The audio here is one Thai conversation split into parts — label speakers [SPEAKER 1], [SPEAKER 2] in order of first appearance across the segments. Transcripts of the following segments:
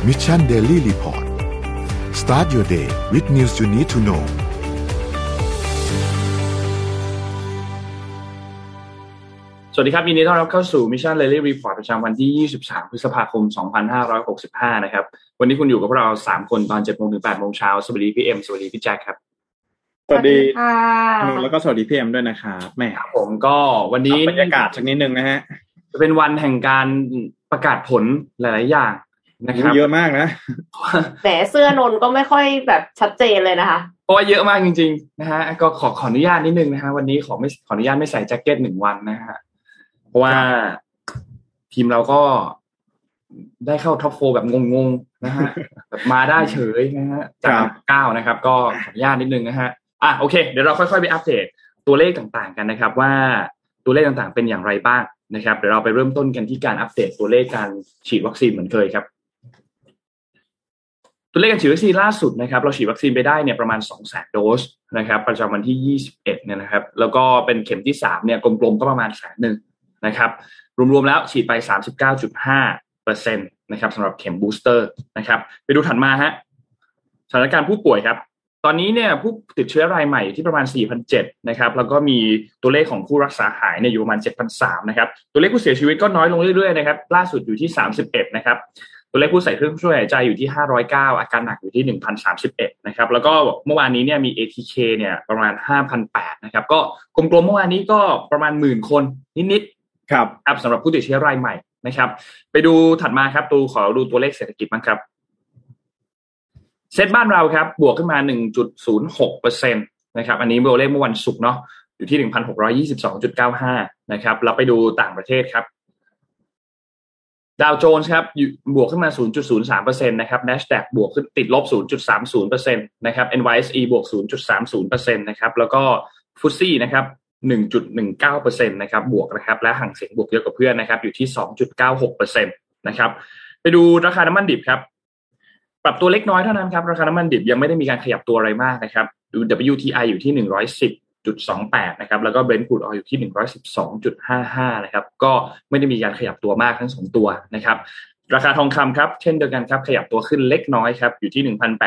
[SPEAKER 1] Mission Daily Report Start your day with news you need to know
[SPEAKER 2] สวัสดีครับยินดีต้อนรับเข้าสู่ Mission Daily Report ประจำวันที่23พฤษภาคม2565นะครับวันนี้คุณอยู่กับพวกเรา3คนตอน 7:00 น. ถึง 8:00 น. เช้าสวัสดีพี่เอ็มสวัสดีพี่แจ็คครับ
[SPEAKER 3] สวัสดีค่ะแล้วก็สวัสดีพี่เอ็มด้วยนะครับแม่
[SPEAKER 2] ครับผมก็วันนี้
[SPEAKER 3] บรรยากาศสักนิดนึงนะฮะ
[SPEAKER 2] จะเป็นวันแห่งการประกาศผลหลายๆอย่างนะครับ
[SPEAKER 3] เยอะมากนะ
[SPEAKER 4] แต่เสื้อนนก็ไม่ค่อยแบบชัดเจนเลยนะคะ
[SPEAKER 2] เพราะว่าเยอะมากจริงๆนะฮะก็ขออนุญาตนิดนึงนะฮะวันนี้ขออนุญาตไม่ใส่แจ็คเก็ต1วันนะฮะเพราะว่าทีมเราก็ได้เข้าท็อป4แบบงงๆนะฮะแบบมาได้เฉยนะฮะจาก9นะครับก็ขออนุญาตนิดนึงนะฮะโอเคเดี๋ยวเราค่อยๆไปอัปเดตตัวเลขต่างๆกันนะครับว่าตัวเลขต่างๆเป็นอย่างไรบ้างนะครับเดี๋ยวเราไปเริ่มต้นกันที่การอัปเดตตัวเลขการฉีดวัคซีนเหมือนเคยครับตัวเลขการฉีดวัคซีนล่าสุดนะครับเราฉีดวัคซีนไปได้เนี่ยประมาณ 200,000 โดสนะครับประจำวันที่21เนี่ยนะครับแล้วก็เป็นเข็มที่3เนี่ยกลมๆก็ประมาณ 100,000 นะครับรวมๆแล้วฉีดไป 39.5% นะครับสำหรับเข็มบูสเตอร์นะครับไปดูถัดมาฮะสถานการณ์ผู้ป่วยครับตอนนี้เนี่ยผู้ติดเชื้อรายใหม่ที่ประมาณ 4,700 นะครับแล้วก็มีตัวเลขของผู้รักษาหายเนี่ยอยู่ประมาณ 7,300 นะครับตัวเลขผู้เสียชีวิตก็น้อยลงเรื่อยๆนะครับล่าสุดอยู่ที่31นะครับตัวเลขผู้ใส่เครื่องช่วยหายใจอยู่ที่509อาการหนักอยู่ที่ 1,031 นะครับแล้วก็เมื่อวานนี้เนี่ยมี ATK เนี่ยประมาณ 5,800 นะครับก็กลมๆเมื่อวานนี้ก็ประมาณ 10,000 คนนิดๆครับสำหรับผู้ติดเชื้อรายใหม่นะครับไปดูถัดมาครับขอดูตัวเลขเศรษฐกิจบ้างครับเซ็ตบ้านเราครับบวกขึ้นมา 1.06% นะครับอันนี้ตัวเลขเมื่อวันศุกร์เนาะอยู่ที่ 1,622.95 นะครับแล้วไปดูต่างประเทศครับดาวโจนส์ครับบวกขึ้นมา 0.03% นะครับ Nasdaq บวกขึ้นติดลบ 0.30% นะครับ NYSE บวก 0.30% นะครับแล้วก็ฟุตซี่นะครับ 1.19% นะครับบวกนะครับและหั่งเส็งบวกเยอะกว่าเพื่อนนะครับอยู่ที่ 2.96% นะครับไปดูราคาน้ำมันดิบครับปรับตัวเล็กน้อยเท่านั้นครับราคาน้ำมันดิบยังไม่ได้มีการขยับตัวอะไรมากนะครับดู WTI อยู่ที่110.28 นะครับแล้วก็ Brent crude oil อยู่ที่ 112.55 นะครับก็ไม่ได้มีการขยับตัวมากทั้ง2ตัวนะครับราคาทองคำครับเช่นเดียวกันครับขยับตัวขึ้นเล็กน้อยครับอยู่ที่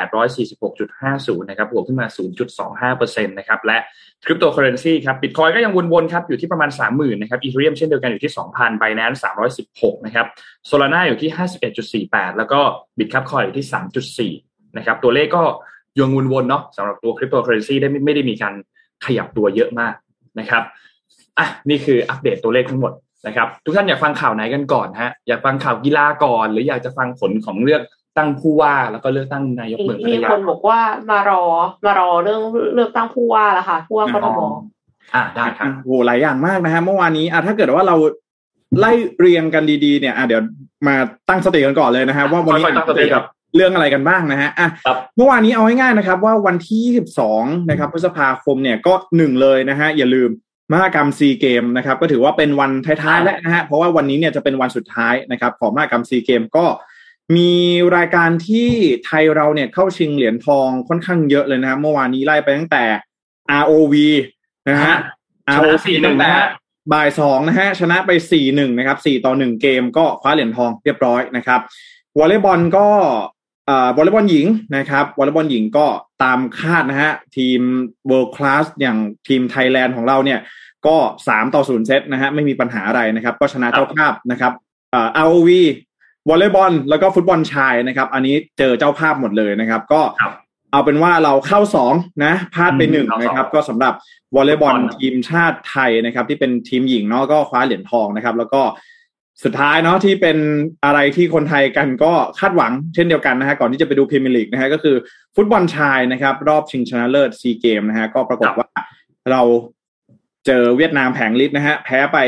[SPEAKER 2] 1,846.50 นะครับบวกขึ้นมา 0.25% นะครับและคริปโตเคอเรนซีครับ Bitcoin ก็ยังวนๆครับอยู่ที่ประมาณ 30,000 นะครับ Ethereum เช่นเดียวกันอยู่ที่ 2,000 Binance 316 นะครับ Solana อยู่ที่ 51.48 แล้วก็ Bitcoin อยู่ที่ 3.4 นะครับตัวเลขก็ยังวนๆเนาะสำหรับตัวคริปโตเคอเรนซีไม่ได้มีการขยับตัวเยอะมากนะครับนี่คืออัปเดตตัวเลขทั้งหมดนะครับทุกท่านอยากฟังข่าวไหนกันก่อนฮะอยากฟังข่าวกีฬาก่อนหรืออยากจะฟังผลของเลือกตั้งผู้ว่าแล้วก็เลือกตั้งนายกเมือง
[SPEAKER 4] มีคนบอกว่ามารอเรื่องเลือกตั้งผู้ว่าละค่ะผู้ว่ากทม
[SPEAKER 2] ได้ครับ
[SPEAKER 3] โหหลายอย่างมากนะฮะเมื่อวานนี้ถ้าเกิดว่าเราไล่เรียงกันดีๆเนี่ยเดี๋ยวมาตั้งสติกันก่อนเลยนะฮะว่าวันนี้จะเจอกับเรื่องอะไรกันบ้างนะฮะเมื่อวานนี้เอาง่ายๆนะครับว่าวันที่22นะครับพฤษภาคมเนี่ยก็1เลยนะฮะอย่าลืมมหกรรมซีเกมนะครับก็ถือว่าเป็นวันท้ายๆแล้วนะฮะเพราะว่าวันนี้เนี่ยจะเป็นวันสุดท้ายนะครับของมหกรรมซีเกมก็มีรายการที่ไทยเราเนี่ยเข้าชิงเหรียญทองค่อนข้างเยอะเลยนะฮะเมื่อวานนี้ไล่ไปตั้งแต่ ROV นะฮะ ROV ตั้งแต่บ่าย2นะฮะชนะไป 4-1 นะครับ4-1เกมก็คว้าเหรียญทองเรียบร้อยนะครับวอลเลย์บอลก็วอลเลย์บอลหญิงนะครับวอลเลย์บอลหญิงก็ตามคาดนะฮะทีม World Class อย่างทีมไทยแลนด์ของเราเนี่ยก็3-0เซตนะฮะไม่มีปัญหาอะไรนะครับก็ชนะเจ้าภาพนะครับROV วอลเลย์บอลแล้วก็ฟุตบอลชายนะครับอันนี้เจอเจ้าภาพหมดเลยนะครับก็เอาเป็นว่าเราเข้า2นะพลาดไป1นะครับก็สำหรับวอลเลย์บอลทีมชาติไทยนะครับที่เป็นทีมหญิงเนาะก็คว้าเหรียญทองนะครับแล้วก็สุดท้ายเนาะที่เป็นอะไรที่คนไทยกันก็คาดหวังเช่นเดียวกันนะฮะก่อนที่จะไปดูพรีเมียร์ลีกนะฮะก็คือฟุตบอลชายนะครับรอบชิงชนะเลิศซีเกมนะฮะก็ปรากฏว่าเราเจอเวียดนามแผงฤทธิ์นะฮะแพ้ไป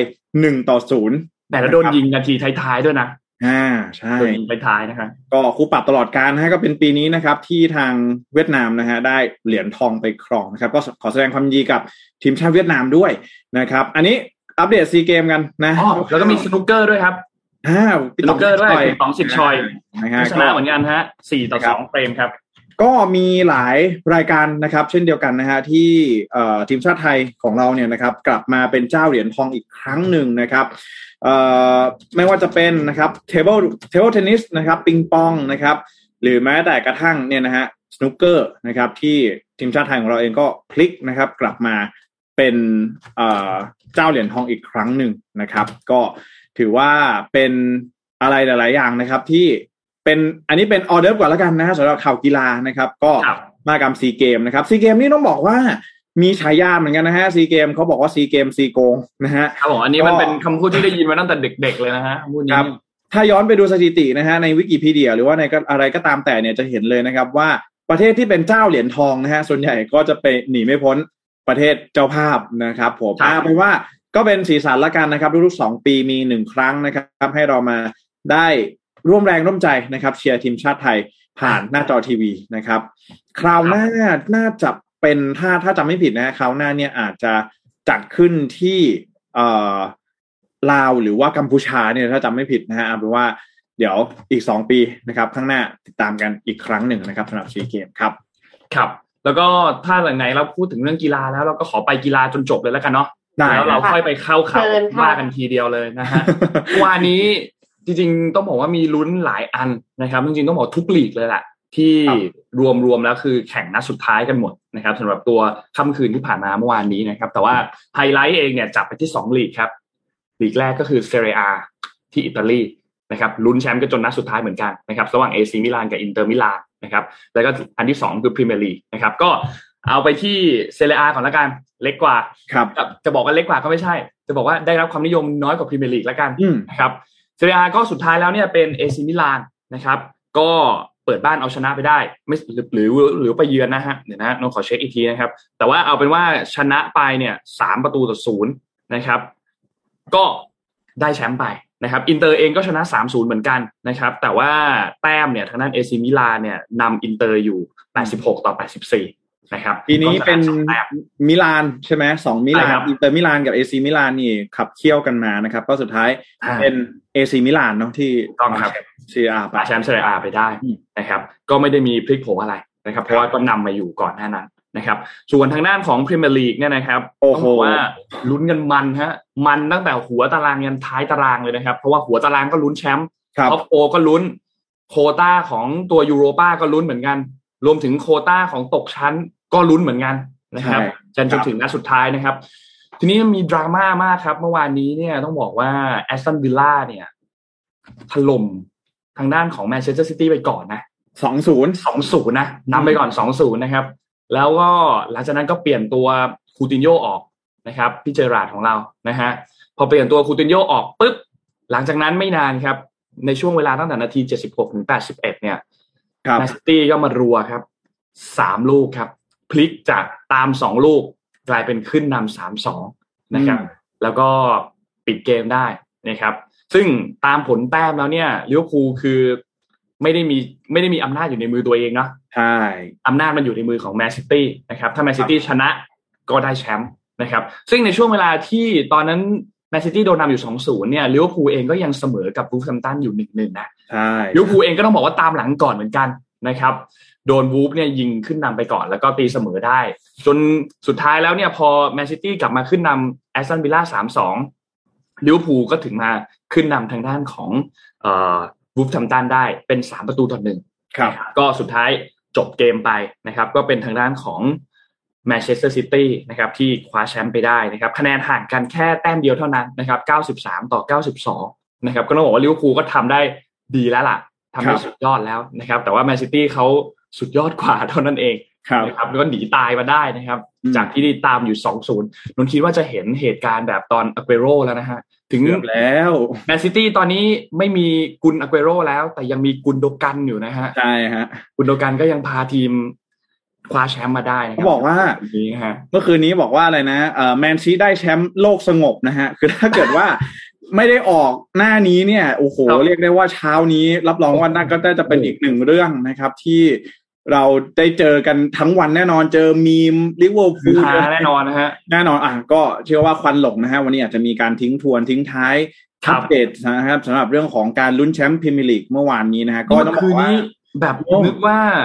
[SPEAKER 3] 1-0
[SPEAKER 2] แต่แล้วโดนยิงนาทีท้ายๆด้วยนะ
[SPEAKER 3] ใช่
[SPEAKER 2] โดนยิงท้ายๆนะครับ
[SPEAKER 3] ก็คู่ปรับตลอดกาลนะฮะก็เป็นปีนี้นะครับที่ทางเวียดนามนะฮะได้เหรียญทองไปครองนะครับก็ขอแสดงความยินดีกับทีมชาติเวียดนามด้วยนะครับอันนี้อัปเดตซีเกมกันนะ
[SPEAKER 2] แล้วก็มีสนุกเกอร์ด้วยครับสนุกเกอร์ด้วยของสิทธิ์ชอยชนะเหมือนกันฮะ4-2เฟรมครับ
[SPEAKER 3] กก็มีหลายรายการนะครับเช่นเดียวกันนะฮะที่ทีมชาติไทยของเราเนี่ยนะครับกลับมาเป็นเจ้าเหรียญทองอีกครั้งหนึ่งนะครับไม่ว่าจะเป็นนะครับเทเบิลเทนนิสนะครับปิงปองนะครับหรือแม้แต่กระทั่งเนี่ยนะฮะสนุกเกอร์นะครับที่ทีมชาติไทยของเราเองก็พลิกนะครับกลับมาเป็นเจ้าเหรียญทองอีกครั้งหนึ่งนะครับก็ถือว่าเป็นอะไรหลายๆอย่างนะครับที่เป็นอันนี้เป็นออเดิร์ฟก่อนแล้วกันนะฮะสำหรับข่าวกีฬานะครับก็มากรรมซีเกมนะครับซีเกมนี่ต้องบอกว่ามีฉายาเหมือนกันนะฮะซีเกมเขาบอกว่าซีเกมซีโกงนะฮะ
[SPEAKER 2] ครับผมอันนี้มันเป็นคำพูดที่ได้ยินมาตั้งแต่เด็กๆเลยนะฮะพูดนี้
[SPEAKER 3] ถ้าย้อนไปดูสถิตินะฮะในวิกิพีเดียหรือว่าในอะไรก็ตามแต่เนี่ยจะเห็นเลยนะครับว่าประเทศที่เป็นเจ้าเหรียญทองนะฮะส่วนใหญ่ก็จะไปหนีไม่พ้นประเทศเจ้าภาพนะครับผมเป็นว่าก็เป็นสีสันละกันนะครับทุกๆ2 ปีมี1ครั้งนะครับให้เรามาได้ร่วมแรงร่วมใจนะครับเชียร์ทีมชาติไทยผ่านหน้าจอทีวีนะครับคราวหน้าน่าจะเป็นถ้าจำไม่ผิดนะคราวหน้าเนี่ยอาจจะจัดขึ้นที่ลาวหรือว่ากัมพูชาเนี่ยถ้าจำไม่ผิดนะฮะเอาเป็นว่าเดี๋ยวอีก2 ปีนะครับข้างหน้าติดตามกันอีกครั้งหนึ่งนะครับสำหรับซีเกมครับ
[SPEAKER 2] ครับแล้วก็ถ้าไหนเราพูดถึงเรื่องกีฬาแล้วเราก็ขอไปกีฬาจนจบเลยแล้วกันเนาะแล้วเราค่อยไปเข้าข่าวว่ากันทีเดียวเลยนะฮะวันนี้จริงๆต้องบอกว่ามีลุ้นหลายอันนะครับจริงๆต้องบอกทุกลีกเลยแหละที่รวมแล้วคือแข่งนัดสุดท้ายกันหมดนะครับสำหรับตัวค่ำคืนที่ผ่านมาเมื่อวานนี้นะครับแต่ว่าไฮไลท์เองเนี่ยจับไปที่2ลีกครับลีกแรกก็คือเซเรียที่อิตาลีนะครับลุ้นแชมป์กันจนนัดสุดท้ายเหมือนกันนะครับระหว่าง AC มิลานกับอินเตอร์มิลานนะครับแล้วก็อันที่2คือพรีเมียร์ลีกนะครับก็เอาไปที่เซเรียก่อนละกันเล็กกว่า
[SPEAKER 3] ครับ
[SPEAKER 2] จะบอกว่าเล็กกว่าก็ไม่ใช่จะบอกว่าได้รับความนิยมน้อยกว่าพรีเมียร์ลีกละกันนะครับเซเรียก็สุดท้ายแล้วเนี่ยเป็น AC มิลานนะครับก็เปิดบ้านเอาชนะไปได้ไม่หรือไปเยือนนะฮะเดี๋ยวนะน้องขอเช็คอีกทีนะครับแต่ว่าเอาเป็นว่าชนะไปเนี่ย3-0นะครับก็ได้แชมป์ไปนะครับอินเตอร์เองก็ชนะ 3-0 เหมือนกันนะครับแต่ว่าแต้มเนี่ยทางด้าน AC มิลานเนี่ยนำอินเตอร์อยู่86-84นะครับ
[SPEAKER 3] ปีนี้เป็นมิลานใช่ไหม2มิลานอินเตอร์มิลานกับ AC มิลานนี่ขับเคี่ยวกันมานะครับก็สุดท้ายเป็น AC มิลานเนาะที่
[SPEAKER 2] ต้องครับ
[SPEAKER 3] ซีเรียไป
[SPEAKER 2] แชมป์ซีเรียไปได้นะครับก็ไม่ได้มีพลิกโผอะไรนะครับเพราะว่าก็นำมาอยู่ก่อนหน้านั้นนะครับส่วนทางด้านของพรีเมียร์ลีกเนี่ยนะครับต้องบอกว่าลุ้นกันมันฮะมันตั้งแต่หัวตารางยันท้ายตารางเลยนะครับเพราะว่าหัวตารางก็ลุ้นแชมป์ท็อปโอก็ลุ้นโควต้าของตัวยูโรป้าก็ลุ้นเหมือนกันรวมถึงโควต้าของตกชั้นก็ลุ้นเหมือนกันนะครับจนถึงนัดสุดท้ายนะครับทีนี้มีดราม่ามากครับเมื่อวานนี้เนี่ยต้องบอกว่าแอสตันวิลล่าเนี่ยถล่มทางด้านของแมนเชสเตอร์ซิตี้ไปก่อนนะ 2-0 นะนำไปก่อน 2-0 นะครับแล้วก็หลังจากนั้นก็เปลี่ยนตัวคูตินโญ่ออกนะครับพี่เจอราร์ดของเรานะฮะพอเปลี่ยนตัวคูตินโญ่ออกปึ๊บหลังจากนั้นไม่นานครับในช่วงเวลาตั้งแต่นาที76ถึง81เนี่ยแมนซิตี้ก็มารัวครับ3ลูกครับพลิกจากตาม2ลูกกลายเป็นขึ้นนำ 3-2 นะครับแล้วก็ปิดเกมได้นะครับซึ่งตามผลแต้มแล้วเนี่ยลิเวอร์พูลคือไม่ได้มีอำนาจอยู่ในมือตัวเองเนาะ
[SPEAKER 3] ใช่
[SPEAKER 2] อำนาจมันอยู่ในมือของแมนซิตี้นะครับถ้าแมนซิตี้ชนะก็ได้แชมป์นะครับซึ่งในช่วงเวลาที่ตอนนั้นแมนซิตี้โดนนำอยู่ 2-0 เนี่ยลิเวอร์พูลเองก็ยังเสมอกับวูล์ฟแฮมป์ตันอยู่ 1-1 นะ
[SPEAKER 3] ใช่
[SPEAKER 2] ลิเวอร์พูลเองก็ต้องบอกว่าตามหลังก่อนเหมือนกันนะครับโดนวูล์ฟเนี่ยยิงขึ้นนำไปก่อนแล้วก็ตีเสมอได้จนสุดท้ายแล้วเนี่ยพอแมนซิตี้กลับมาขึ้นนำแอสตันวิลล่า 3-2 ลิเวอร์พูลก็ถึงมาขึ้นนำทางด้านของวูล์ฟแฮมป์ตันได้เป็น3-1
[SPEAKER 3] ครับ
[SPEAKER 2] ก็สุดท้ายจบเกมไปนะครับก็เป็นทางด้านของแมนเชสเตอร์ซิตี้นะครับที่คว้าแชมป์ไปได้นะครับคะแนนห่างกันแค่แต้มเดียวเท่านั้นนะครับ93-92นะครับก็ต้องบอกว่าลิเวอร์พูลก็ทำได้ดีแล้วล่ะทำได้สุดยอดแล้วนะครับแต่ว่าแมนซิตี้เขาสุดยอดกว่าเท่านั้นเองนะครับแล้วก็หนีตายมาได้นะครับจากที่ตามอยู่ 2-0 นนคิดว่าจะเห็นเหตุการณ์แบบตอนอาเกโร่แล้วนะฮะถึง
[SPEAKER 3] แล้ว
[SPEAKER 2] แมนซิตี้ตอนนี้ไม่มีกุนอาเกโร่แล้วแต่ยังมีกุนโดกันอยู่นะฮะ
[SPEAKER 3] ใช่ฮะ
[SPEAKER 2] กุนโดกันก็ยังพาทีมคว้าแชมป์มาได้นะครับ
[SPEAKER 3] เขาบอกว่าเมื่อคืนนี้บอกว่าอะไรนะแมนซีได้แชมป์โลกสงบนะฮะคือถ้าเกิดว่าไม่ได้ออกหน้านี้เนี่ยโอ้โหเรียกได้ว่าเช้านี้รับรองว่าน่าก็ได้จะเป็นอีกหนึ่งเรื่องนะครับที่เราได้เจอกันทั้งวันแน่นอนเจอมีมลิเวอร์พูล
[SPEAKER 2] แน่นอนนะฮะ
[SPEAKER 3] แน่นอนก็เชื่อว่าควันหลงนะฮะวันนี้อาจจะมีการทิ้งท้ายอัปเดตนะครับสำหรับเรื่องของการลุ้นแชมป์พรีเมียร์ลีกเมื่อวานนี้นะฮะก็ต้องบอกว่า
[SPEAKER 2] แบบนึกว่า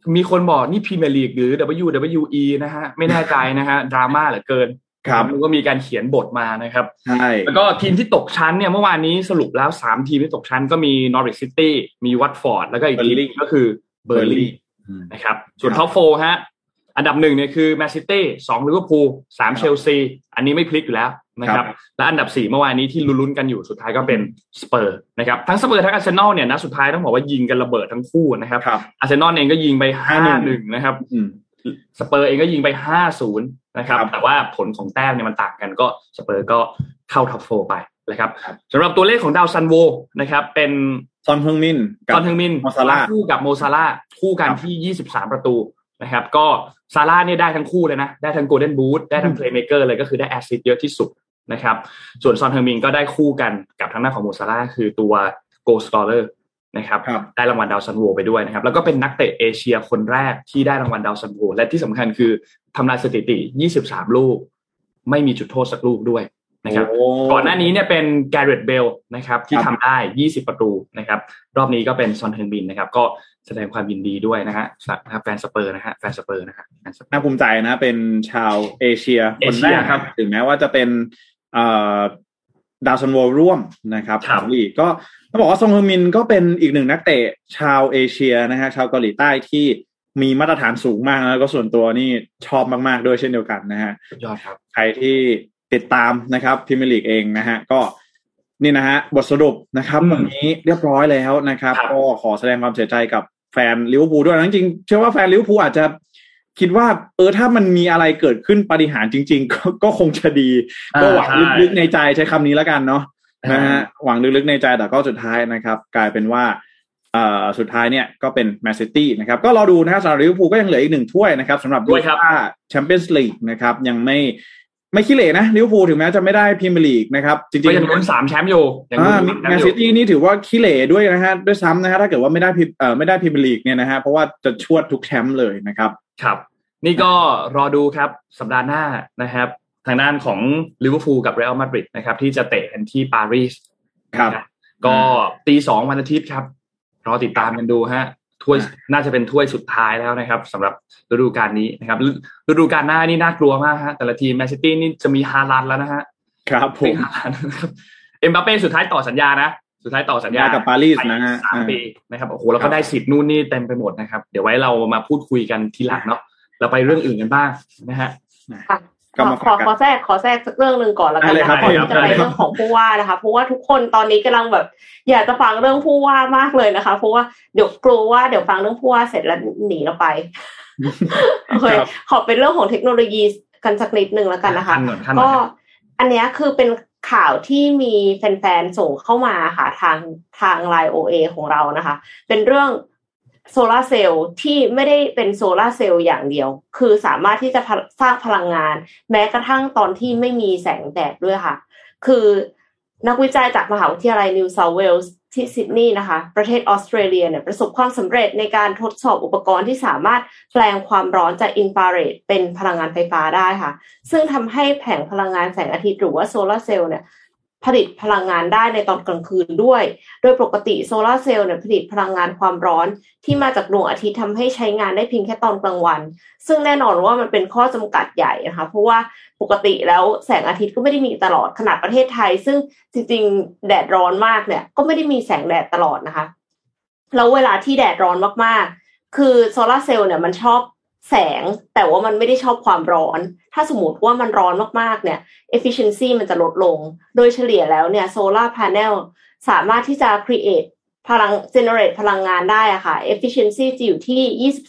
[SPEAKER 2] มีคนบอกนี่พรีเมียร์ลีกหรือ WWE นะฮะไม่แน่ใจนะฮะดราม่าเหลือเกิน
[SPEAKER 3] ครับ
[SPEAKER 2] มันก็มีการเขียนบทมานะครับ
[SPEAKER 3] ใช่
[SPEAKER 2] แล้วก็ทีมที่ตกชั้นเนี่ยเมื่อวานนี้สรุปแล้ว3ทีมที่ตกชั้นก็มี Norwich City มี Watford แล้วก็อีกทีมก็คือ Burnley นะครับส่วนท็อป4ฮะอันดับ1เนี่ยคือ Man City 2 Liverpool 3 Chelsea อันนี้ไม่พลิกอยู่แล้วนะครับและอันดับ4เมื่อวานนี้ที่ลุ้นๆกันอยู่สุดท้ายก็เป็นสเปอร์นะครับทั้งสเปอร์ทั้งอาร์เซนอลเนี่ยนัดสุดท้ายต้องบอกว่ายิงกันระเบิดทั้งคู่นะครับอาร์เซนอลเองก็ยิงไป 5-1 นะครับสเปอร์เองก็ยิงไป 5-0 นะครับแต่ว่าผลของแต้มเนี่ยมันต่างกันก็สเปอร์ก็เข้าท็อป4ไปนะครับสำหรับตัวเลขของดาวซันโวนะครับเป็น
[SPEAKER 3] ซอนเฮิงมิน
[SPEAKER 2] โมซาร่าคู่กับโมซาร่าคู่กันที่23ประตูนะครับก็ซาร่าเนี่ยได้ทั้งคู่เลยนะได้ทั้งโกลเด้นบูทได้ทั้งเพลย์เมเกอร์เลยก็คือได้แอสซิสต์เยอะที่สุดนะครับส่วนซอนเฮิงมินก็ได้คู่กันกับทางหน้าของโมซาร่าคือตัวโกลสกอร์เลอร์นะครับได้รางวัลดาวซันโวไปด้วยนะครับแล้วก็เป็นนักเตะเอเชียคนแรกที่ได้รางวัลดาวซันโวและที่สำคัญคือทำลายสถิติ23ลูกไม่มีจุดโทษสักลูกด้วยนะครับก่อนหน้านี้เนี่ยเป็นแกเรตเบลนะครับที่ทำได้20ประตูนะครับรอบนี้ก็เป็นซอนเฮิงมินนะครับก็แสดงความยินดีด้วยนะฮะแฟนสเปอร์นะฮะแฟนสเปอร์นะฮะ
[SPEAKER 3] น่าภูมิใจนะเป็นชาวเอเชียคนแรกครับถึงแม้ว่าจะเป็นดาวซันโวร่วมนะครับของลีกก็ต้องบอกว่าซองเฮอร์มินก็เป็นอีกหนึ่งนักเตะชาวเอเชียนะฮะชาวเกาหลีใต้ที่มีมาตรฐานสูงมากแล้วก็ส่วนตัวนี่ชอบมากๆด้วยเช่นเดียวกันนะฮะ
[SPEAKER 2] ยอดครับ
[SPEAKER 3] ใครที่ติดตามนะครับพรีเมียร์ลีกเองนะฮะก็นี่นะฮะบทสรุปนะครับวันนี้เรียบร้อยแล้วนะครับก็ขอแสดงความเสียใจกับแฟนลิเวอร์พูลด้วยนะจริงๆเชื่อว่าแฟนลิเวอร์พูลอาจจะคิดว่าถ้ามันมีอะไรเกิดขึ้นปาฏิหาริย์จริงๆก็คงจะดีก็หวังลึกๆในใจใช้คำนี้แล้วกันเนาะนะฮะหวังลึกๆในใจแต่ก็สุดท้ายนะครับกลายเป็นว่าสุดท้ายเนี่ยก็เป็นแมนซิตี้นะครับก็รอดูนะครับสำหรับลิเวอร์พูลก็ยังเหลืออีก1ถ้วยนะครับสำหรับยูฟ่าแชมเปี้ยนส์ลีกนะครับยังไม่ขี้เหร่นะลิเวอร์พูลถึงแม้จะไม่ได้พรีเมียร์ลีกนะครับจริงๆ
[SPEAKER 2] ก็ยังลุ้น3แชมป์อยู่
[SPEAKER 3] แมนซิตี้นี่ถือว่าขี้เหร่ด้วยนะฮะด้วยซ้ำนะฮะถ้าเกิดว่าไม่ได้พรีเมียร์ลีกเนี่ยนะฮะเพราะว่าจะชวดทุกแชมป์เลยนะครับ
[SPEAKER 2] ครับนี่ก็รอดูครับสัปดาห์หน้านะครับทางด้านของลิเวอร์พูลกับเรอัลมาดริดนะครับที่จะเตะกันที่ปารีส
[SPEAKER 3] ครับ
[SPEAKER 2] ก็ตี 2วันอาทิตย์ครับรอติดตามกันดูฮะถ้วยน่าจะเป็นถ้วยสุดท้ายแล้วนะครับสำหรับฤดูกาลนี้นะครับฤดูกาลหน้านี่น่ากลัวมากฮะแต่ละทีมแมนซิตี้นี่จะมีฮาลันด์แล้วนะฮะ
[SPEAKER 3] ครับผม
[SPEAKER 2] เอ็มบัปเป้สุดท้ายต่อสัญญานะสุดท้ายต่อสัญญา
[SPEAKER 3] กับปารีสนะฮะ
[SPEAKER 2] 3 ปีนะครับโอ้โหแล้วก็ได้สิทธิ์นู่นนี่เต็มไปหมดนะครับเดี๋ยวไว้เรามาพูดคุยกันทีหลังเนาะเราไปเรื่องอื่นกันบ้างนะฮะ
[SPEAKER 4] ขอแทรกสักเรื่องนึงก่อนแล้วกันนะคะก่อนที่จะไปเรื่องของผู้ว่านะคะเพราะว่าทุกคนตอนนี้กำลังแบบอยากจะฟังเรื่องผู้ว่ามากเลยนะคะเพราะว่าเดี๋ยวกลัวว่าเดี๋ยวฟังเรื่องผู้ว่าเสร็จแล้วหนีเราไปโอเคขอเป็นเรื่องของเทคโนโลยีกันสักนิดนึงแล้วกันนะคะก็อันนี้คือเป็นข่าวที่มีแฟนๆส่งเข้ามาค่ะทาง LINE OA ของเรานะคะเป็นเรื่องโซลาร์เซลล์ที่ไม่ได้เป็นโซลาร์เซลล์อย่างเดียวคือสามารถที่จะสร้างพลังงานแม้กระทั่งตอนที่ไม่มีแสงแดดด้วยค่ะคือนักวิจัยจากมหาวิทยาลัยนิวเซาท์เวลส์ที่ซิดนีย์นะคะประเทศออสเตรเลียเนี่ยประสบความสำเร็จในการทดสอบอุปกรณ์ที่สามารถแปลงความร้อนจากอินฟราเรดเป็นพลังงานไฟฟ้าได้ค่ะซึ่งทำให้แผงพลังงานแสงอาทิตย์หรือว่าโซลาร์เซลล์เนี่ยผลิตพลังงานได้ในตอนกลางคืนด้วยโดยปกติโซลาร์เซลล์เนี่ยผลิตพลังงานความร้อนที่มาจากดวงอาทิตย์ทำให้ใช้งานได้เพียงแค่ตอนกลางวันซึ่งแน่นอนว่ามันเป็นข้อจำกัดใหญ่นะคะเพราะว่าปกติแล้วแสงอาทิตย์ก็ไม่ได้มีตลอดขนาดประเทศไทยซึ่งจริงๆแดดร้อนมากเนี่ยก็ไม่ได้มีแสงแดดตลอดนะคะแล้วเวลาที่แดดร้อนมากๆคือโซลาร์เซลล์เนี่ยมันชอบแสงแต่ว่ามันไม่ได้ชอบความร้อนถ้าสมมติว่ามันร้อนมากๆเนี่ย efficiency มันจะลดลงโดยเฉลี่ยแล้วเนี่ย solar panel สามารถที่จะ create generate พลังงานได้อะค่ะ efficiency จะอยู่ที่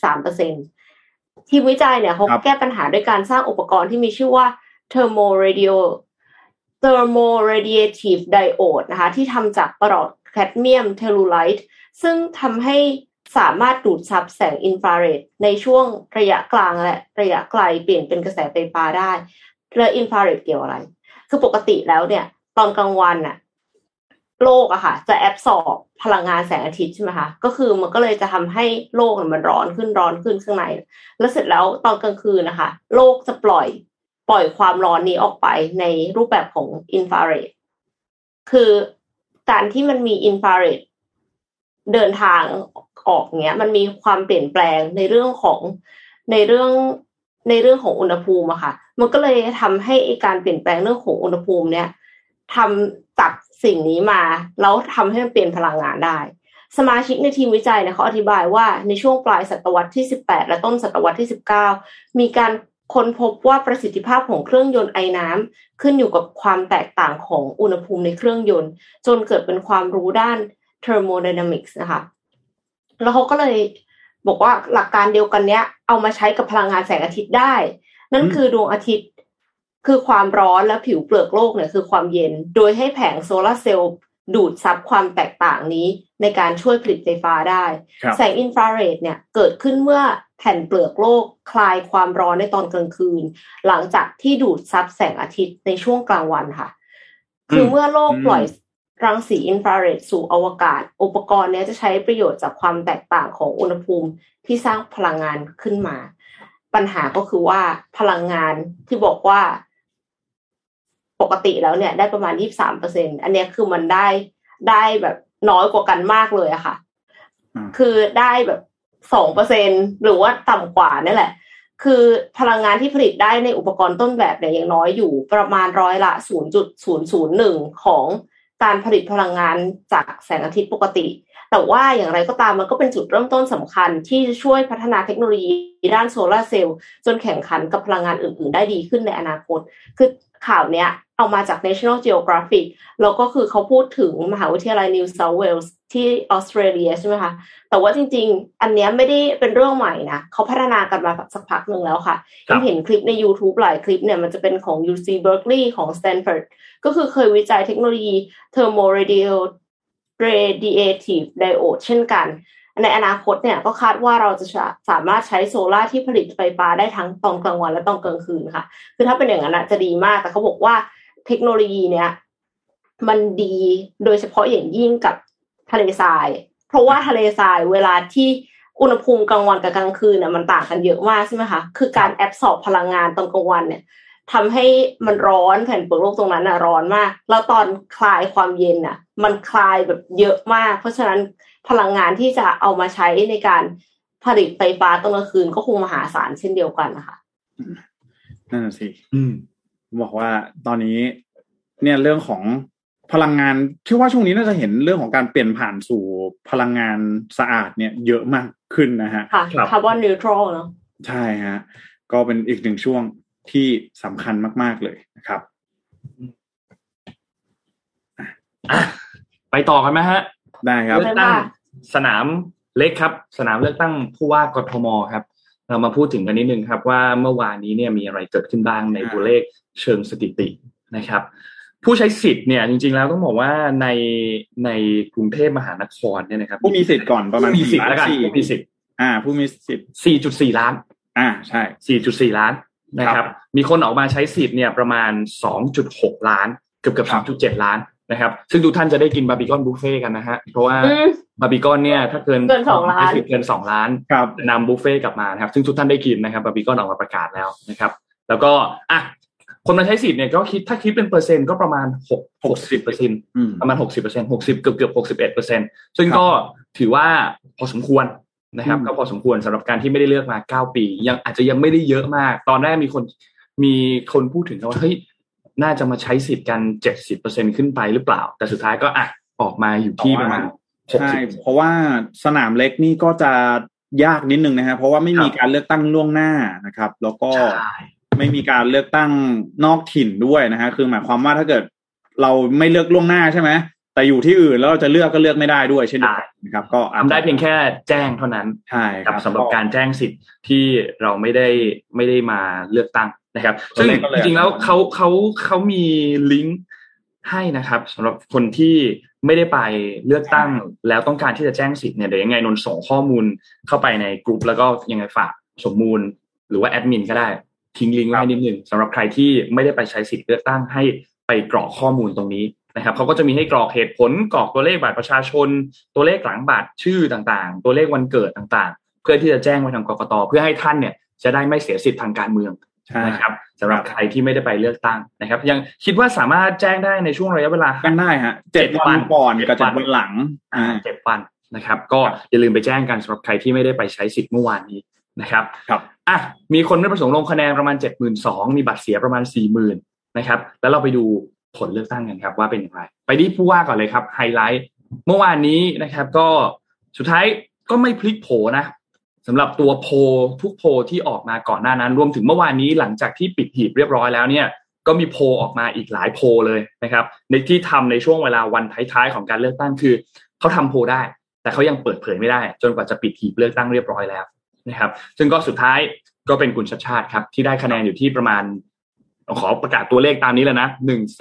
[SPEAKER 4] 23% ทีมวิจัยเนี่ยเขาแก้ปัญหาด้วยการสร้างอุปกรณ์ที่มีชื่อว่า thermoradiative diode นะคะที่ทำจากปรอดแคดเมียมเทลูไลท์ซึ่งทำให้สามารถดูดซับแสงอินฟราเรดในช่วงระยะกลางและระยะไกลเปลี่ยนเป็นกระแสไฟฟ้าได้แล้วอินฟราเรดเกี่ยวอะไรคือปกติแล้วเนี่ยตอนกลางวันน่ะโลกอะค่ะจะแอบสอบพลังงานแสงอาทิตย์ใช่ไหมคะก็คือมันก็เลยจะทำให้โลกมันร้อนขึ้นข้างในแล้วเสร็จแล้วตอนกลางคืนนะคะโลกจะปล่อยความร้อนนี้ออกไปในรูปแบบของอินฟราเรดคือการที่มันมีอินฟราเรดเดินทางออกเนี้ยมันมีความเปลี่ยนแปลงในเรื่องของอุณหภูมิอะค่ะมันก็เลยทำให้การเปลี่ยนแปลงเรื่องของอุณหภูมิเนี้ยทำจากสิ่งนี้มาแล้วทำให้มันเปลี่ยนพลังงานได้สมาชิกในทีมวิจัยเนี่ยเขาอธิบายว่าในช่วงปลายศตวรรษที่18และต้นศตวรรษที่19มีการค้นพบว่าประสิทธิภาพของเครื่องยนต์ไอน้ำขึ้นอยู่กับความแตกต่างของอุณหภูมิในเครื่องยนต์จนเกิดเป็นความรู้ด้าน thermodynamics นะคะแล้วเขาก็เลยบอกว่าหลักการเดียวกันเนี้ยเอามาใช้กับพลังงานแสงอาทิตย์ได้นั่นคือดวงอาทิตย์คือความร้อนและผิวเปลือกโลกเนี่ยคือความเย็นโดยให้แผงโซลาร์เซลล์ดูดซับความแตกต่างนี้ในการช่วยผลิตไฟฟ้าได้แสงอินฟราเรดเนี่ยเกิดขึ้นเมื่อแผ่นเปลือกโลกคลายความร้อนในตอนกลางคืนหลังจากที่ดูดซับแสงอาทิตย์ในช่วงกลางวันค่ะคือเมื่อโลกปล่อยรังสีอินฟราเรดสู่อวกาศอุปกรณ์นี้จะใช้ประโยชน์จากความแตกต่างของอุณหภูมิที่สร้างพลังงานขึ้นมาปัญหาก็คือว่าพลังงานที่บอกว่าปกติแล้วเนี่ยได้ประมาณ 23% อันนี้คือมันได้แบบน้อยกว่ากันมากเลยอะค่ะคือได้แบบ 2% หรือว่าต่ำกว่านี่แหละคือพลังงานที่ผลิตได้ในอุปกรณ์ต้นแบบเนี่ยยังน้อยอยู่ประมาณ0.001%ของการผลิตพลังงานจากแสงอาทิตย์ปกติแต่ว่าอย่างไรก็ตามมันก็เป็นจุดเริ่มต้นสำคัญที่จะช่วยพัฒนาเทคโนโลยีด้านโซลาร์เซลล์จนแข่งขันกับพลังงานอื่นๆได้ดีขึ้นในอนาคตคือข่าวเนี้ยเอามาจาก National Geographic แล้วก็คือเขาพูดถึงมหาวิทยาลัย New South Wales ที่ออสเตรเลียใช่ไหมคะแต่ว่าจริงๆอันเนี้ยไม่ได้เป็นเรื่องใหม่นะเขาพัฒนากันมาสักพักนึงแล้วค่ะเห็นคลิปใน YouTube หลายคลิปเนี่ยมันจะเป็นของ UC Berkeley ของ Stanford ก็คือเคยวิจัยเทคโนโลยี Thermoradiative Diode เช่นกันในอนาคตเนี่ยก็คาดว่าเราจะสามารถใช้โซล่าที่ผลิตไฟฟ้าได้ทั้งตอนกลางวันและตอนกลางคืนค่ะคือถ้าเป็นอย่างนั้นจะดีมากแต่เขาบอกว่าเทคโนโลยีเนี้ยมันดีโดยเฉพาะอย่างยิ่งกับทะเลทรายเพราะว่าทะเลทรายเวลาที่อุณหภูมิกลางวันกับกลางคืนเนี่ยมันต่างกันเยอะมากใช่ไหมคะคือการแอบสอบพลังงานตอนกลางวันเนี่ยทำให้มันร้อนแผ่นเปลือกโลกตรงนั้นน่ะร้อนมากแล้วตอนคลายความเย็นน่ะมันคลายแบบเยอะมากเพราะฉะนั้นพลังงานที่จะเอามาใช้ในการผลิตไฟฟ้าตอนกลางคืนก็คงมหาศาลเช่นเดียวกันนะคะ
[SPEAKER 3] นั่นสิบอกว่าตอนนี้เนี่ยเรื่องของพลังงานคิดว่าช่วงนี้น่าจะเห็นเรื่องของการเปลี่ยนผ่านสู่พลังงานสะอาดเนี่ยเยอะมากขึ้นนะฮะ
[SPEAKER 4] ค่ะคาร์บอนนิวทรัลเนาะ
[SPEAKER 3] ใช่ฮะก็เป็นอีกหนึ่งช่วงที่สำคัญมากๆเลยนะครับ
[SPEAKER 2] ไปต่อกันไหมฮะ
[SPEAKER 3] ได้ครับ
[SPEAKER 2] เลือกตั้งสนามเล็กครับสนามเลือกตั้งผู้ว่ากทมครับเรามาพูดถึงกันนิดนึงครับว่าเมื่อวานนี้เนี่ยมีอะไรเกิดขึ้นบ้างในตัวเลขเชิงสถิตินะครับผู้ใช้สิทธิ์เนี่ยจริงๆแล้วต้องบอกว่าในกรุงเทพมหานครเนี่ยนะครับ
[SPEAKER 3] ผู้มีสิทธิ์ก่อนประมาณ
[SPEAKER 2] 4 ล้านผู้มีสิทธิ์
[SPEAKER 3] ผู้มีสิทธิ์
[SPEAKER 2] 4.4 ล้าน
[SPEAKER 3] ใช่
[SPEAKER 2] 4.4 ล้านนะครับมีคนออกมาใช้สิทธิ์เนี่ยประมาณ 2.6 ล้านเกือบ 3.7 ล้านนะครับซึ่งทุกท่านจะได้กินบาร์บีคอนบุฟเฟ่กันนะฮะเพราะว่าบาร์บีคอนเนี่ยถ้าเกิน
[SPEAKER 4] 2 ล้าน
[SPEAKER 2] เกิน2 ล้านนำบุฟเฟ่กลับมานะครับซึ่งทุกท่านได้กินนะครับบาร์บีคอนออกมาประกาศแล้วนะครับแล้วก็คนมาใช้สิทธิ์เนี่ยก็ถ้าคิดเป็นเปอร์เซ็นต์ก็ประมาณ60%ประมาณ 60% 60เกือบ 61% ซึ่งก็ถือว่าพอสมควรนะครับก็พอสมควรสำหรับการที่ไม่ได้เลือกมา9ปียังอาจจะยังไม่ได้เยอะมากตอนแรกมีคนพูดถึงว่าเฮ้ยน่าจะมาใช้สิทธิ์กัน 70% ขึ้นไปหรือเปล่าแต่สุดท้ายก็ออกมาอยู่ที่ประมาณ
[SPEAKER 3] 60ใช่เพราะว่าสนามเล็กนี่ก็จะยากนิดนึงนะฮะเพราะว่าไม่มีการเลือกตั้งล่วงหน้านะครับแล้วก็ไม่มีการเลือกตั้งนอกถิ่นด้วยนะฮะคือหมายความว่าถ้าเกิดเราไม่เลือกล่วงหน้าใช่ไหมแต่อยู่ที่อื่นแล้วเราจะเลือกก็เลือกไม่ได้ด้วยเช่นเดียวกันนะครับก็
[SPEAKER 2] ทำได้เพียงแค่แจ้งเท่านั้น
[SPEAKER 3] ใช่ครับ
[SPEAKER 2] สำหรับการแจ้งสิทธิ์ที่เราไม่ได้มาเลือกตั้งนะครับซึ่งจริงๆแล้วเขามีลิงก์ให้นะครับสำหรับคนที่ไม่ได้ไปเลือกตั้งแล้วต้องการที่จะแจ้งสิทธิ์เนี่ยเดี๋ยวยังไงนนส่งข้อมูลเข้าไปในกลุ่มแล้วก็ยังไงฝากสมมูลหรือว่าแอดมินก็ได้ทิ้งลิงก์ไว้ให้นิดนึงสำหรับใครที่ไม่ได้ไปใช้สิทธิ์เลือกตั้งให้ไปกรอกข้อมูลตรงนี้นะครับเขาก็จะมีให้กรอกเหตุผลกรอกตัวเลขบัตรประชาชนตัวเลขหลังบัตรชื่อต่างๆตัวเลขวันเกิดต่างๆเพื่อที่จะแจ้งไปทางกกต.เพื่อให้ท่านเนี่ยจะได้ไม่เสียสิทธิ์ทางการเมืองนะครับสำหรับใครที่ไม่ได้ไปเลือกตั้งนะครับยังคิดว่าสามารถแจ้งได้ในช่วงระยะเวลา
[SPEAKER 3] ได้ฮะ7 วันก่อนกับ7 วันหลัง
[SPEAKER 2] 7 วันนะครับก็อย่าลืมไปแจ้งกันสำหรับใครที่ไม่ได้ไปใช้สิทธิ์เมื่อวานนี้นะครับ
[SPEAKER 3] ครับ
[SPEAKER 2] มีคนไม่ประสงค์ลงคะแนนประมาณ 72,000 มีบัตรเสียประมาณ 40,000 นะครับแล้วเราไปดูผลเลือกตั้งกันครับว่าเป็นอย่างไรไปที่ผู้ว่าก่อนเลยครับไฮไลท์เมื่อวานนี้นะครับก็สุดท้ายก็ไม่พลิกโผนะสำหรับตัวโพลทุกโพลที่ออกมาก่อนหน้านั้นรวมถึงเมื่อวานนี้หลังจากที่ปิดหีบเรียบร้อยแล้วเนี่ยก็มีโพลออกมาอีกหลายโพลเลยนะครับในที่ทำในช่วงเวลาวันท้ายๆของการเลือกตั้งคือเขาทำโพลได้แต่เขายังเปิดเผยไม่ได้จนกว่าจะปิดหีบเลือกตั้งเรียบร้อยแล้วนะครับซึ่งก็สุดท้ายก็เป็นคุณชัชชาติครับที่ได้คะแนนอยู่ที่ประมาณขอประกาศตัวเลขตามนี้แล้วนะ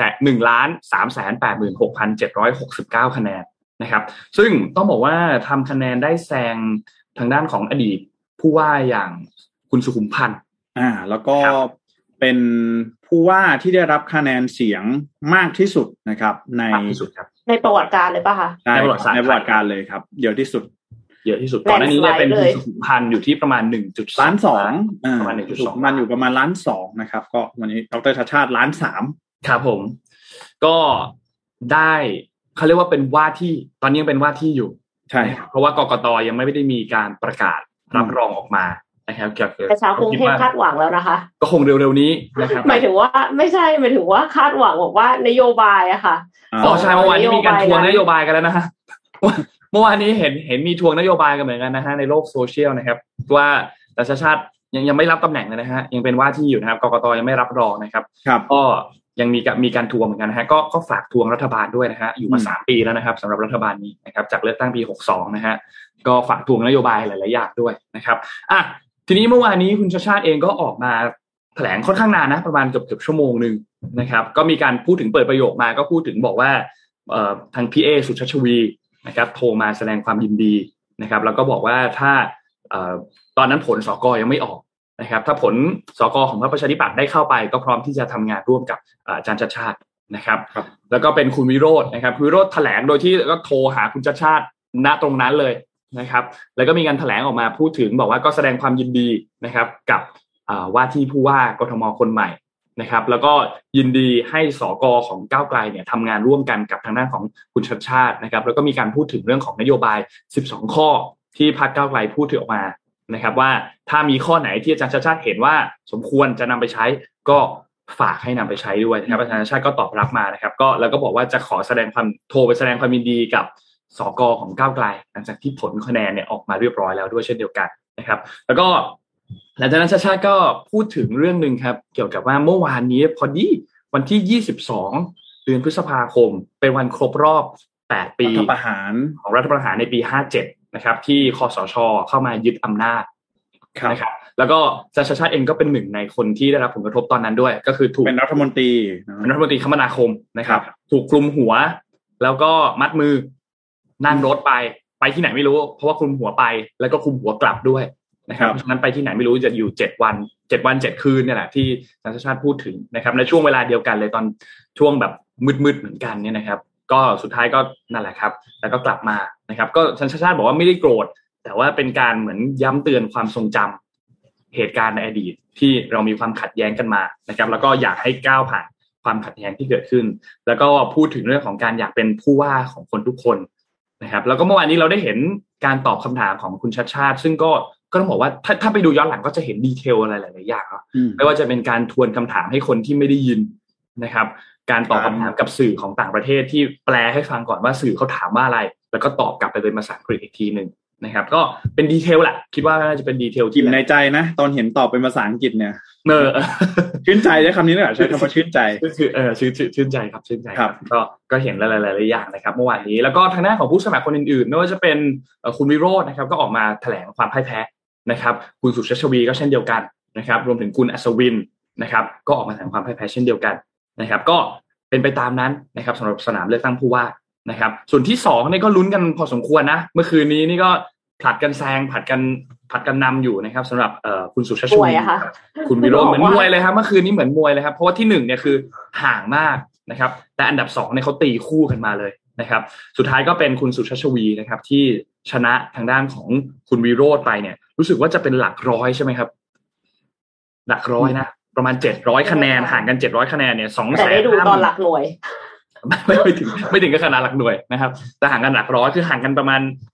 [SPEAKER 2] 1,386,769 คะแนนนะครับซึ่งต้องบอกว่าทำคะแนนได้แซงทางด้านของอดีตผู้ว่าอย่างคุณสุขุมพันธ์
[SPEAKER 3] แล้วก็เป็นผู้ว่าที่ได้รับคะแนนเสียงมากที่สุดนะครับใน
[SPEAKER 4] ประวัติการเลยป่ะคะ
[SPEAKER 3] ในประวัติการเลยครับเยอะที่สุด
[SPEAKER 2] ก่อนหน้านี้เนี่ยเป็นคุณสุขุมพันธ์อยู่ที่ประมาณ 1.2
[SPEAKER 3] ล้านประมาณ 1.2 มันอยู่ประมาณ1.2 ล้านนะครับก็วันนี้ดร.ชัชชาติ1.3 ล้าน
[SPEAKER 2] ครับผมก็ได้เขาเรียกว่าเป็นว่าที่ตอนนี้ยังเป็นว่าที่อยู่
[SPEAKER 3] ใช่
[SPEAKER 2] เพราะว่ากกต.ยังไม่ได้มีการประกาศรับรองออกมานะครับ
[SPEAKER 4] แต่ชาวกรุงเทพคาดหวังแล้วนะคะ
[SPEAKER 2] ก็คงเร็วๆนี้นะครับ
[SPEAKER 4] หมายถึงว่าไม่ใช่หมายถึงว่าคาดหวังบอกว่านโยบายอะค่ะ
[SPEAKER 2] ใช่เมื่อวานนี้มีการทวงนโยบายกันแล้วนะฮะเมื่อวานนี้เห็นมีทวงนโยบายกันเหมือนกันนะฮะในโลกโซเชียลนะครับว่าแต่ชาติยังไม่รับตำแหน่งเลยนะฮะยังเป็นว่าที่อยู่นะครับกกต.ยังไม่รับรองนะครับก็ยังมีการทวงเหมือนกันนะฮะก็ฝากทวงรัฐบาลด้วยนะฮะอยู่มา3 ปีแล้วนะครับสำหรับรัฐบาลนี้นะครับจากเลือกตั้งปี62นะฮะก็ฝากทวงนโยบายหลายๆอย่างด้วยนะครับทีนี้เมื่อวานนี้คุณชัชชาติเองก็ออกมาแถลงค่อนข้างนานนะประมาณเกือบชั่วโมงนึงนะครับก็มีการพูดถึงเปิดประโยคมาก็พูดถึงบอกว่าทางพี่เอสุชัชวีนะครับโทรมาแสดงความยินดีนะครับแล้วก็บอกว่าถ้าตอนนั้นผลสก.ยังไม่ออกนะครับถ้าผลสก.ของพรรคประชาธิปัตย์ได้เข้าไปก็พร้อมที่จะทำงานร่วมกับอาจารย์ชัชชาตินะครับแล้วก็เป็นคุณวิโรจน์นะครับคุณวิโรจน์แถลงโดยที่ก็โทรหาคุณชัชชาติณตรงนั้นเลยนะครับแล้วก็มีการแถลงออกมาพูดถึงบอกว่าก็แสดงความยินดีนะครับกับว่าที่ผู้ว่ากทมคนใหม่นะครับแล้วก็ยินดีให้สก.ของก้าวไกลเนี่ยทำงานร่วมกันกับทางด้านของคุณชัชชาตินะครับแล้วก็มีการพูดถึงเรื่องของนโยบาย12ข้อที่พรรคก้าวไกลพูดถึงออกมานะครับว่าถ้ามีข้อไหนที่อาจารย์ชัชชาติเห็นว่าสมควรจะนำไปใช้ก็ฝากให้นำไปใช้ด้วยนะครับอาจารย์ชัชชาติก็ตอบรับมานะครับก็แล้วก็บอกว่าจะขอโทรไปแสดงความยินดีกับสก.ของก้าวไกลหลังจากที่ผลคะแนนเนี่ยออกมาเรียบร้อยแล้วด้วยเช่นเดียวกันนะครับแล้วก็หลังจากนั้นชาติก็พูดถึงเรื่องนึงครับเกี่ยวกับว่าเมื่อวานนี้พอดีวันที่22เดือนพฤษภาคมเป็นวันครบรอบ8 ปี
[SPEAKER 3] ของรัฐประหาร
[SPEAKER 2] ในปี57นะครับที่คสช.เข้ามายึดอำนาจนะครับแล้วก็ชาติเองก็เป็นหนึ่งในคนที่ได้รับผลกระทบตอนนั้นด้วยก็คือถูก
[SPEAKER 3] เป็นรัฐมนตรี
[SPEAKER 2] คมนาคมนะครับถูกคลุมหัวแล้วก็มัดมือนั่งรถไปที่ไหนไม่รู้เพราะว่าคลุมหัวไปแล้วก็คลุมหัวกลับด้วยนะครับเพราะฉะนั้นไปที่ไหนไม่รู้จะอยู่7 วัน 7 คืนเนี่ยแหละที่อาจารย์ชาติพูดถึงนะครับในช่วงเวลาเดียวกันเลยตอนช่วงแบบมืดๆเหมือนกันเนี่ยนะครับก็สุดท้ายก็นั่นแหละครับแล้วก็กลับมานะครับก็อาจารย์ชาติบอกว่าไม่ได้โกรธแต่ว่าเป็นการเหมือนย้ำเตือนความทรงจำเหตุการณ์ในอดีตที่เรามีความขัดแย้งกันมานะครับแล้วก็อยากให้ก้าวผ่านความขัดแย้งที่เกิดขึ้นแล้วก็พูดถึงเรื่องของการอยากเป็นผู้ว่าของคนทุกคนนะครับแล้วก็เมื่อวานนี้เราได้เห็นการตอบคำถามของคุณชัชชาติซึ่งก็ต้องบอกว่าถ้าไปดูย้อนหลังก็จะเห็นดีเทลอะไรหลายๆอย่างไม่ว่าจะเป็นการทวนคำถามให้คนที่ไม่ได้ยินนะครับการตอบคำถามกับสื่อของต่างประเทศที่แปลให้ฟังก่อนว่าสื่อเขาถามว่าอะไรแล้วก็ตอบกลับไปเป็นภาษาอังกฤษอีกทีนึงนะครับก็เป็นดีเทลแหละคิดว่าน่าจะเป็นดีเทลที่
[SPEAKER 3] ในใจนะตอนเห็นตอบเป็นภาษาอังกฤษเนี่ยชื่นใจใช้คำนี้เลยใช้คำว่าชื่นใจ
[SPEAKER 2] ชื่นใจครับชื่นใจครับก็เห็นหลายๆอย่างนะครับเมื่อวานนี้แล้วก็ทางด้านของผู้สมัครคนอื่นๆไม่ว่าจะเป็นคุณวิโรจน์นะครับก็ออกมาแถลงความพ่ายแพ้นะครับคุณสุชัชวีก็เช่นเดียวกันนะครับรวมถึงคุณอัศวินนะครับก็ออกมาแถลงความพ่ายแพ้เช่นเดียวกันนะครับก็เป็นไปตามนั้นนะครับสำหรับสนามเลือกตั้งผู้ว่านะครับส่วนที่2นี่ก็ลุ้นกันพอสมควรนะเมื่อคืนนี้นี่ก็ผลัดกันแซงผลัดกันนำอยู่นะครับสำหรับคุณสุชัชวีคุณวิโรจน์เหมือนมวยเลยครับเมื่อคืนนี้เหมือนมวยเลยครับเพราะว่าที่1เนี่ยคือห่างมากนะครับแต่อันดับ2เนี่ยเขาตีคู่กันมาเลยนะครับสุดท้ายก็เป็นคุณสุชัชวีนะครับที่ชนะทางด้านของคุณวิโรจน์ไปเนี่ยรู้สึกว่าจะเป็นหลักร้อยใช่ไหมครับหลักร้อยนะประมาณ700คะแนนห่างกัน700คะแนนเนี่ย 200,000
[SPEAKER 4] แต่ได้ดูตอนหลักหน่วย
[SPEAKER 2] ไม่ถึงกับขนาดหลักหน่วยนะครับแต่ห่างกันหลักร้อยคือห่างกันประมาณ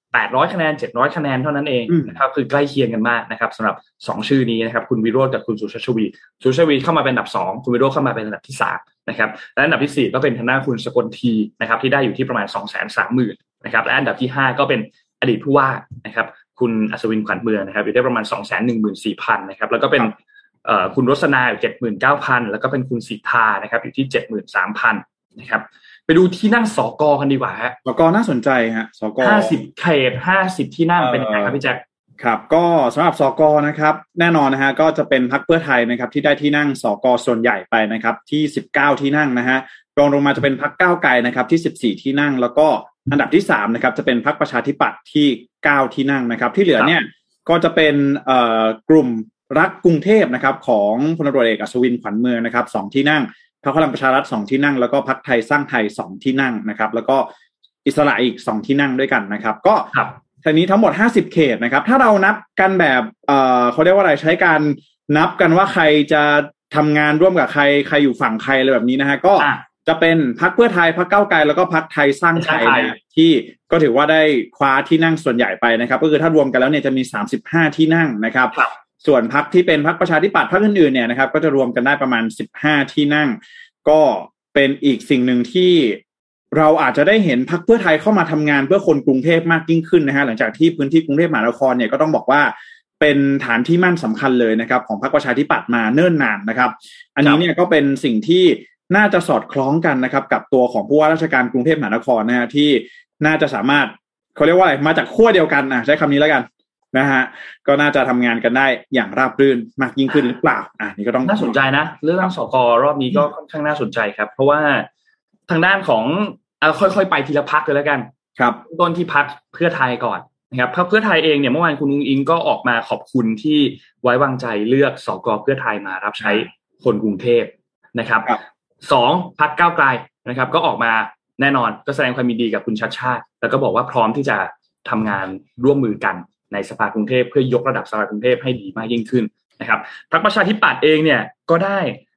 [SPEAKER 2] 800คะแนน700คะแนนเท่านั้นเองนะครับคือใกล้เคียงกันมากนะครับสำหรับ2ชื่อนี้นะครับคุณวิโรจน์กับคุณสุชาชวีเข้ามาเป็นอันดับ2คุณวิโรจน์เข้ามาเป็นอันดับที่3นะครับและอันดับที่4ก็เป็นทางด้านคุณสกลทีนะครับที่ได้อยู่ที่ประมาณ 230,000 นะครับและอันดับที่5ก็เป็นอดีตผู้ว่านะครับคุณอัศวินขวัญเมืองนะครับอยู่ได้ประมาณ 214,000 นะครับแล้วก็เป็นคุณรสนาอยู่ 79,000 แล้วก็เป็นคุณสิทธานะครับอยู่ที่ 73,000 นะครับไปดูที่นั่งสกกันดีกว่าฮะ
[SPEAKER 3] สกน่าสนใจฮะสก
[SPEAKER 2] 50เขต50ที่นั่งเป็นยังไงครับพี่แจ็ค
[SPEAKER 3] ครับก็สำหรับสกนะครับแน่นอนนะฮะก็จะเป็นพรรคเพื่อไทยนะครับที่ได้ที่นั่งสกส่วนใหญ่ไปนะครับที่19ที่นั่งนะฮะรองลงมาจะเป็นพรรคก้าวไกลนะครับที่14ที่นั่งแล้วก็อันดับที่3นะครับจะเป็นพรรคประชาธิปัตย์ที่9ที่นั่งนะครับที่เหลือเนี่ยก็จะเป็นกลุ่มรักกรุงเทพนะครับของพลตำรวจเอกอัศวินขวัญเมืองนะครับ2ที่นั่งพรรคพลังประชารัฐ2ที่นั่งแล้วก็พรรคไทยสร้างไทย2ที่นั่งนะครับแล้วก็อิสระอีก2ที่นั่งด้วยกันนะครับก็ทีนี้ทั้งหมด50เขตนะครับถ้าเรานับกันแบบเขาเรียกว่าอะไรใช้การนับกันว่าใครจะทำงานร่วมกับใครอยู่ฝั่งใครอะไรแบบนี้นะฮะก็จะเป็นพรรคเพื่อไทยพรรคก้าวไกลแล้วก็พรรคไทยสร้างไทยที่ก็ถือว่าได้คว้าที่นั่งส่วนใหญ่ไปนะครับก็คือถ้ารวมกันแล้วเนี่ยจะมี35ที่นั่งนะครับส่วนพรรคที่เป็นพรรคประชาธิปัตย์พรรคอื่นๆเนี่ยนะครับก็จะรวมกันได้ประมาณ15ที่นั่งก็เป็นอีกสิ่งหนึ่งที่เราอาจจะได้เห็นพรรคเพื่อไทยเข้ามาทำงานเพื่อคนกรุงเทพมากยิ่งขึ้นนะฮะหลังจากที่พื้นที่กรุงเทพมหานครเนี่ยก็ต้องบอกว่าเป็นฐานที่มั่นสำคัญเลยนะครับของพรรคประชาธิปัตย์มาเนิ่นนานนะครับอันนี้เนี่ยก็เป็นสิ่งที่น่าจะสอดคล้องกันนะครับกับตัวของผู้ว่าราชการกรุงเทพมหานครนะฮะที่น่าจะสามารถเขาเรียกว่าอะไรมาจากขั้วเดียวกันใช้คำนี้แล้วกันนะฮะก็น่าจะทำงานกันได้อย่างราบรื่นมากยิ่งขึ้นหรือเปล่านี่ก็ต้อง
[SPEAKER 2] น่าสนใจนะเรื่องสกรอบนี้ก็ค่อนข้างน่าสนใจครับเพราะว่าทางด้านของค่อยๆไปทีละพรรคเลยแล้วกัน
[SPEAKER 3] ครับ
[SPEAKER 2] ต้นที่พรรคเพื่อไทยก่อนนะครับพรรคเพื่อไทยเองเนี่ยเมื่อวานคุณอุ้งอิงก็ออกมาขอบคุณที่ไว้วางใจเลือกสกเพื่อไทยมารับใช้คนกรุงเทพนะครับ2พรรคก้าวไกลนะครับก็ออกมาแน่นอนก็แสดงความยินดีกับคุณชัชชาติแล้วก็บอกว่าพร้อมที่จะทำงานร่วมมือกันในสภากรุงเทพเพื่อยกระดับสภากรุงเทพให้ดีมากยิ่งขึ้นนะครับพรรคประชาธิปัตย์เองเนี่ยก็ได้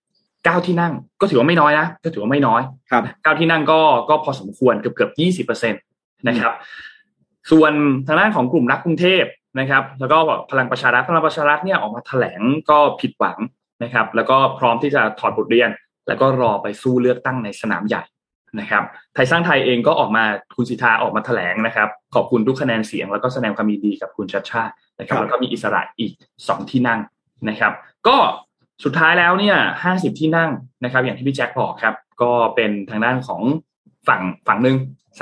[SPEAKER 2] 9ที่นั่งก็ถือว่าไม่น้อยนะก็ถือว่าไม่น้อย
[SPEAKER 3] ครับ
[SPEAKER 2] 9ที่นั่งก็พอสมควรเกือบ 20% นะครับส่วนทางด้านของกลุ่มรักกรุงเทพนะครับแล้วก็พลังประชารัฐเนี่ยออกมาแถลงก็ผิดหวังนะครับแล้วก็พร้อมที่จะถอดบทเรียนแล้วก็รอไปสู้เลือกตั้งในสนามใหญ่นะครับไทยสร้างไทยเองก็ออกมาคุณสิทธาออกมาแถลงนะครับขอบคุณทุกคะแนนเสียงแล้วก็แสดงความยินดีกับคุณชัชชาตินะครับแล้วก็มีอิสระอีก2ที่นั่งนะครับก็สุดท้ายแล้วเนี่ย50ที่นั่งนะครับอย่างที่พี่แจ็คบอกครับก็เป็นทางด้านของฝั่งนึง